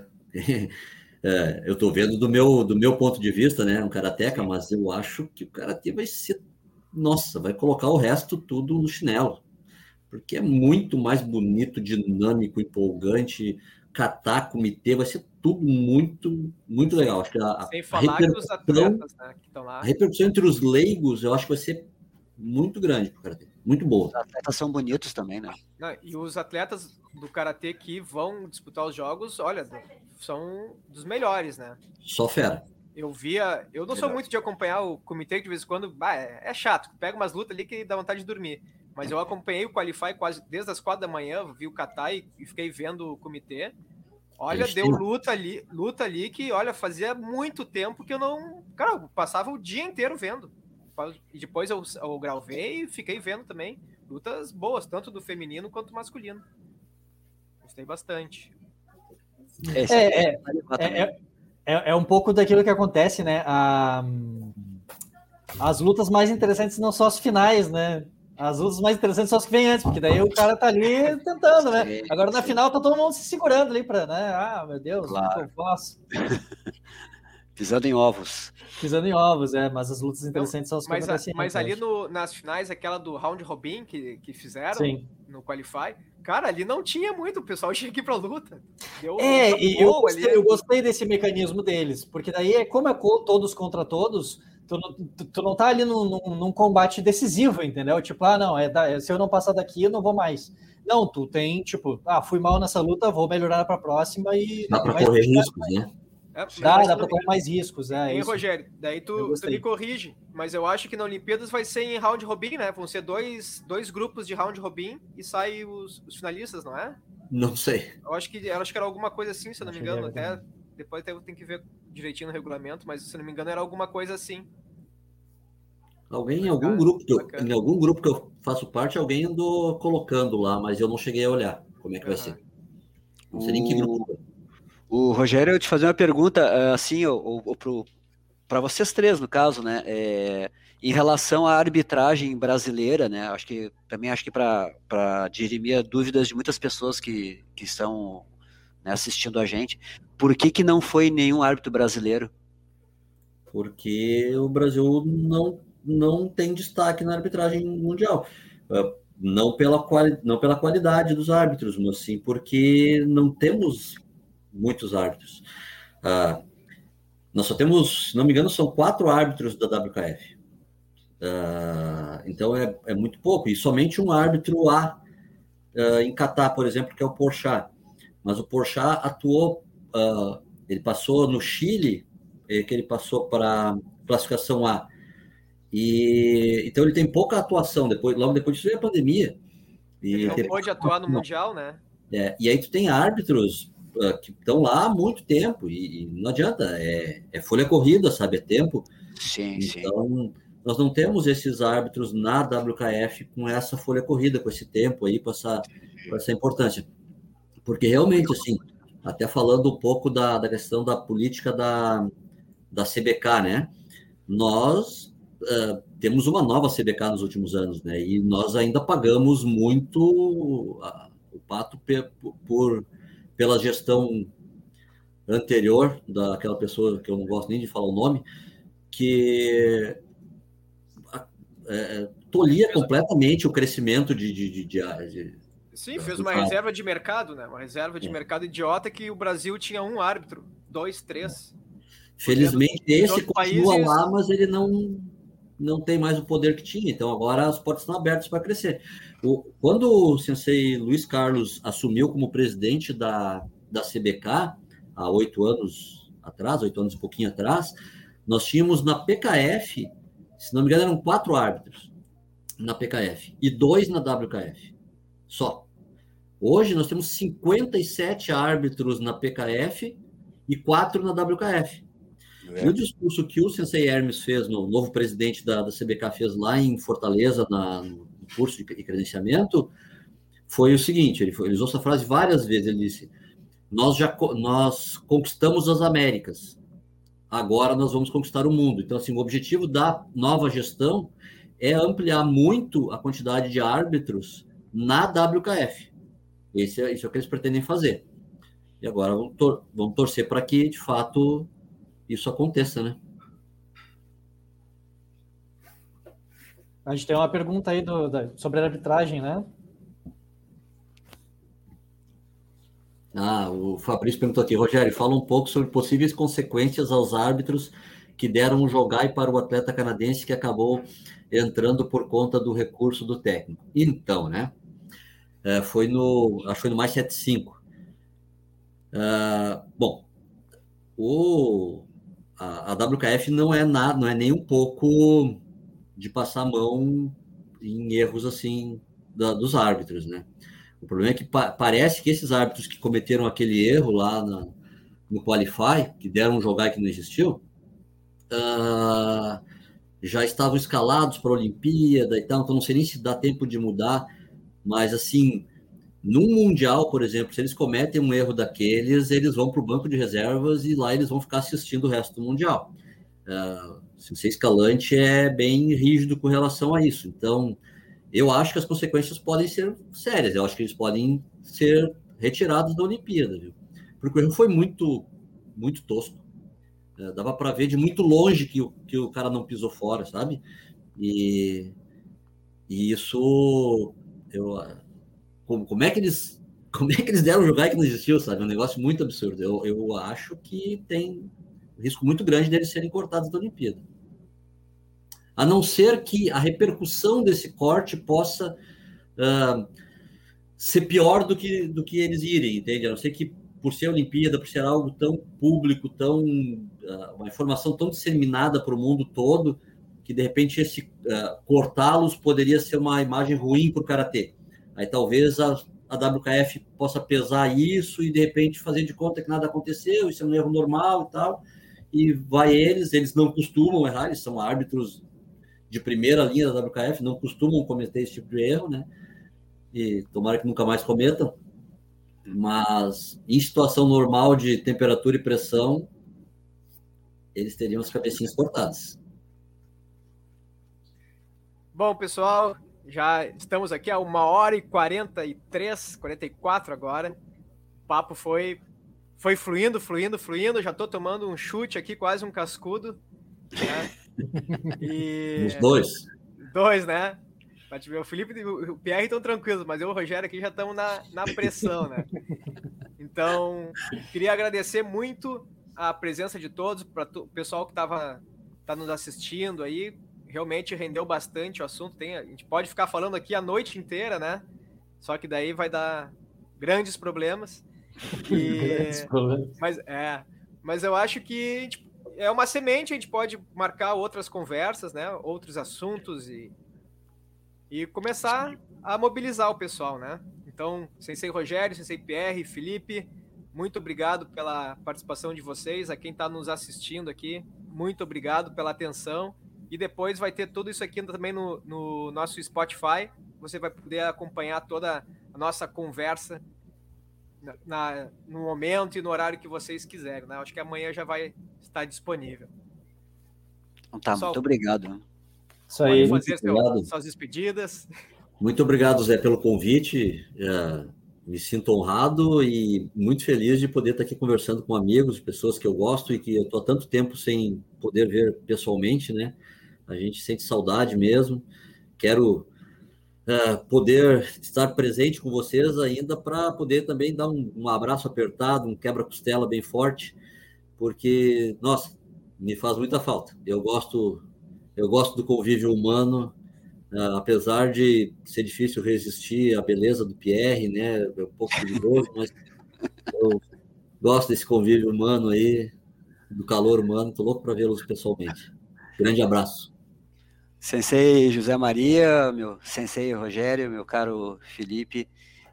uh, eu estou vendo do meu, do meu ponto de vista, né? Um karateca, Sim. Mas eu acho que o karatê vai ser. Nossa, vai colocar o resto tudo no chinelo. Porque é muito mais bonito, dinâmico, empolgante. Kata, comitê, vai ser tudo muito, muito Sem, legal. Acho que a, sem falar que os atletas, né, que estão lá. A repercussão entre os leigos, eu acho que vai ser muito grande pro karatê, muito boa. Os atletas são bonitos também, né? Não, e os atletas do karatê que vão disputar os jogos, olha, são dos melhores, né? Só fera. Eu via, eu não sou muito de acompanhar o comitê, que de vez em quando, bah, é, é chato, pega umas lutas ali que dá vontade de dormir. Mas eu acompanhei o Qualify quase desde as quatro da manhã, vi o kata e, e fiquei vendo o comitê. Olha, deu luta ali, luta ali que, olha, fazia muito tempo que eu não... Cara, eu passava o dia inteiro vendo. E depois eu, eu gravei e fiquei vendo também. Lutas boas, tanto do feminino quanto do masculino. Gostei bastante. É, é, é, é, é, é um pouco daquilo que acontece, né? A, as lutas mais interessantes não são as finais, né? As lutas mais interessantes são as que vêm antes, porque daí o cara tá ali tentando, né? Agora na final tá todo mundo se segurando ali pra, né? Ah, meu Deus, claro. O que eu faço? Pisando em ovos. Pisando em ovos, é, mas as lutas interessantes Não, são as que mas, acontecem. Mas ali no, nas finais, aquela do round robin que, que fizeram Sim. no Qualify, cara, ali não tinha muito, o pessoal tinha que ir pra luta. Deu é, e eu gostei, eu gostei desse mecanismo deles, porque daí, como é todos contra todos, tu, tu, tu não tá ali num, num, num combate decisivo, entendeu? Tipo, ah, não, é, se eu não passar daqui, eu não vou mais. Não, tu tem, tipo, ah, fui mal nessa luta, vou melhorar pra próxima e... Dá pra correr riscos, né? É, dá, dá pra correr mais riscos, é Hein, isso. Rogério, daí tu, tu me corrige, mas eu acho que na Olimpíadas vai ser em round robin, né? Vão ser dois, dois grupos de round robin e saem os, os finalistas, não é? Não sei. Eu acho que, eu acho que era alguma coisa assim, se eu não me engano, até depois até eu tenho que ver direitinho no regulamento, mas se eu não me engano era alguma coisa assim. Alguém em algum grupo que eu, em algum grupo que eu faço parte, alguém andou colocando lá, mas eu não cheguei a olhar como é que uhum. vai ser. Não sei nem que grupo. O Rogério, eu te fazer uma pergunta, assim, para vocês três, no caso, né? É, em relação à arbitragem brasileira, né? Acho que também acho que para dirimir dúvidas de muitas pessoas que, que estão, né, assistindo a gente, por que, que não foi nenhum árbitro brasileiro? Porque o Brasil não, não tem destaque na arbitragem mundial. Não pela, quali, não pela qualidade dos árbitros, mas sim porque não temos muitos árbitros. Uh, nós só temos, se não me engano, são quatro árbitros da W K F. Uh, então é, é muito pouco. E somente um árbitro A uh, em Catar, por exemplo, que é o Porchat. Mas o Porchat atuou, uh, ele passou no Chile, que ele passou para classificação A. E, então ele tem pouca atuação, depois, logo depois disso veio a pandemia. E ele não tem... pôde atuar no Mundial, né? É, e aí tu tem árbitros uh, que estão lá há muito tempo, e, e não adianta, é, é folha corrida, sabe, é tempo. Sim, então, sim. Nós não temos esses árbitros na W K F com essa folha corrida, com esse tempo aí, com essa, com essa importância. Porque realmente, assim, até falando um pouco da, da questão da política da, da C B K, né? Nós uh, temos uma nova C B K nos últimos anos, né? E nós ainda pagamos muito uh, o pato pe, por, pela gestão anterior daquela pessoa que eu não gosto nem de falar o nome, que é, tolia completamente o crescimento de... de, de, de, de Sim, fez uma reserva de mercado, né? Uma reserva de é. mercado idiota que o Brasil tinha um árbitro, dois, três. Felizmente esse continua países... lá, mas ele não, não tem mais o poder que tinha. Então agora as portas estão abertas para crescer. O, quando o sensei Luiz Carlos assumiu como presidente da, da C B K, há oito anos atrás, oito anos e pouquinho atrás, nós tínhamos na P K F, se não me engano, eram quatro árbitros na P K F e dois na W K F. Só. Hoje nós temos cinquenta e sete árbitros na P K F e quatro na W K F. É. E o discurso que o sensei Hermes fez, no novo presidente da, da C B K fez lá em Fortaleza, na, no curso de credenciamento, foi o seguinte, ele, foi, ele usou essa frase várias vezes, ele disse, nós já nós conquistamos as Américas, agora nós vamos conquistar o mundo. Então, assim, o objetivo da nova gestão é ampliar muito a quantidade de árbitros na W K F. Esse é, isso é o que eles pretendem fazer. E agora vamos, tor- vamos torcer para que, de fato, isso aconteça, né? A gente tem uma pergunta aí do, da, sobre a arbitragem, né? Ah, o Fabrício perguntou aqui, Rogério, fala um pouco sobre possíveis consequências aos árbitros que deram um jogai para o atleta canadense que acabou entrando por conta do recurso do técnico. Então, né? É, foi no, acho que foi no mais setenta e cinco. Uh, bom, o, a, a W K F não é nada, não é nem um pouco de passar a mão em erros assim da, dos árbitros, né? O problema é que pa, parece que esses árbitros que cometeram aquele erro lá na, no Qualify, que deram um jogar que não existiu, uh, já estavam escalados para a Olimpíada e tal, então não sei nem se dá tempo de mudar. Mas, assim, num Mundial, por exemplo, se eles cometem um erro daqueles, eles vão para o banco de reservas e lá eles vão ficar assistindo o resto do Mundial. Uh, ser escalante é bem rígido com relação a isso. Então, eu acho que as consequências podem ser sérias. Eu acho que eles podem ser retirados da Olimpíada, viu? Porque o erro foi muito, muito tosco. Uh, dava para ver de muito longe que o, que o cara não pisou fora, sabe? E, e isso... Eu, como, como, é que eles, como é que eles deram jogar que não existiu, sabe? É um negócio muito absurdo. Eu, eu acho que tem um risco muito grande deles serem cortados da Olimpíada. A não ser que a repercussão desse corte possa uh, ser pior do que, do que eles irem, entende? A não ser que, por ser a Olimpíada, por ser algo tão público, tão, uh, uma informação tão disseminada para o mundo todo, que de repente esse uh, cortá-los poderia ser uma imagem ruim para o karatê. Aí talvez a, a W K F possa pesar isso e de repente fazer de conta que nada aconteceu, isso é um erro normal e tal, e vai eles, eles não costumam errar, eles são árbitros de primeira linha da W K F, não costumam cometer esse tipo de erro, né? E tomara que nunca mais cometam, mas em situação normal de temperatura e pressão, eles teriam as cabecinhas cortadas. Bom, pessoal, já estamos aqui a uma hora e quarenta e três, quarenta e quatro agora. O papo foi, foi fluindo, fluindo, fluindo. Já estou tomando um chute aqui, quase um cascudo. Né? E... Os dois. Dois, né? Pra te ver, o Felipe e o Pierre estão tranquilos, mas eu e o Rogério aqui já estamos na, na pressão, né? Então, queria agradecer muito a presença de todos, para o pessoal que estava tá nos assistindo aí. Realmente rendeu bastante o assunto. Tem, a gente pode ficar falando aqui a noite inteira, né? Só que daí vai dar grandes problemas. E... Grandes problemas. Mas, é, mas eu acho que a gente, é uma semente, a gente pode marcar outras conversas, né? Outros assuntos e, e começar a mobilizar o pessoal, né? Então, Sensei Rogério, Sensei Pierre, Felipe, muito obrigado pela participação de vocês. A quem está nos assistindo aqui, muito obrigado pela atenção. E depois vai ter tudo isso aqui também no, no nosso Spotify. Você vai poder acompanhar toda a nossa conversa na, na, no momento e no horário que vocês quiserem, né? Acho que amanhã já vai estar disponível. Então tá, Pessoal, muito obrigado. Isso aí. pode fazer seu, obrigado. suas despedidas. Muito obrigado, Zé, pelo convite. É, me sinto honrado e muito feliz de poder estar aqui conversando com amigos, pessoas que eu gosto e que eu estou há tanto tempo sem poder ver pessoalmente, né? A gente sente saudade mesmo. Quero é, poder estar presente com vocês ainda para poder também dar um, um abraço apertado, um quebra-costela bem forte, porque, nossa, me faz muita falta. Eu gosto, eu gosto do convívio humano. Uh, apesar de ser difícil resistir à beleza do Pierre, né? É um pouco perigoso, mas eu gosto desse convívio humano aí, do calor humano. Estou louco para vê-los pessoalmente. Grande abraço. Sensei José Maria, meu Sensei Rogério, meu caro Felipe,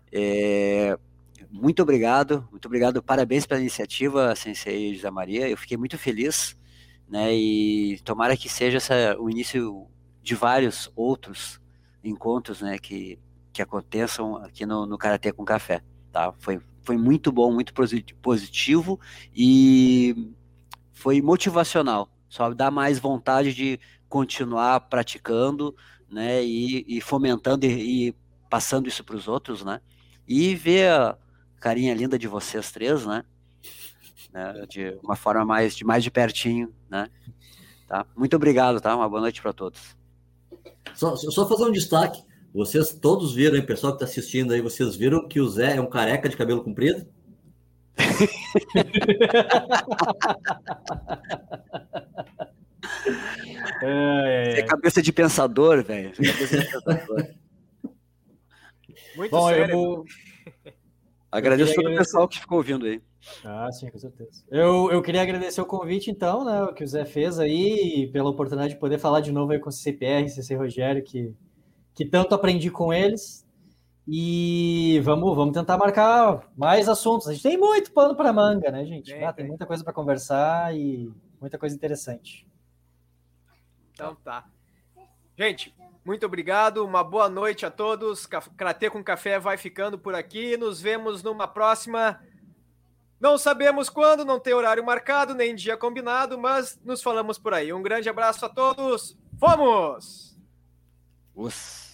é, muito obrigado, muito obrigado, parabéns pela iniciativa, Sensei José Maria. Eu fiquei muito feliz, né? E tomara que seja essa, o início de vários outros encontros, né, que, que aconteçam aqui no, no Karatê com Café, tá? Foi, foi muito bom, muito positivo e foi motivacional, só dá mais vontade de continuar praticando, né, e, e fomentando e, e passando isso para os outros, né, e ver a carinha linda de vocês três, né, né, de uma forma mais de, mais de pertinho, né, tá? Muito obrigado, tá? Uma boa noite para todos. Só, só fazer um destaque. Vocês todos viram, hein, pessoal que está assistindo aí, vocês viram que o Zé é um careca de cabelo comprido? É, é, é. Cabeça de pensador, velho. Cabeça de pensador. Muito Bom, sério. Eu... Agradeço todo o pessoal que ficou ouvindo aí. Ah, sim, com certeza. Eu, eu queria agradecer o convite, então, né, o que o Zé fez aí, e pela oportunidade de poder falar de novo aí com o C C P R, C C Rogério, que, que tanto aprendi com eles. E vamos, vamos tentar marcar mais assuntos. A gente tem muito pano para manga, né, gente? Bem, ah, tem muita coisa para conversar e muita coisa interessante. Então tá. Gente, muito obrigado, uma boa noite a todos. Karatê com Café vai ficando por aqui. Nos vemos numa próxima. Não sabemos quando, não tem horário marcado, nem dia combinado, mas nos falamos por aí. Um grande abraço a todos. Fomos! Ufa.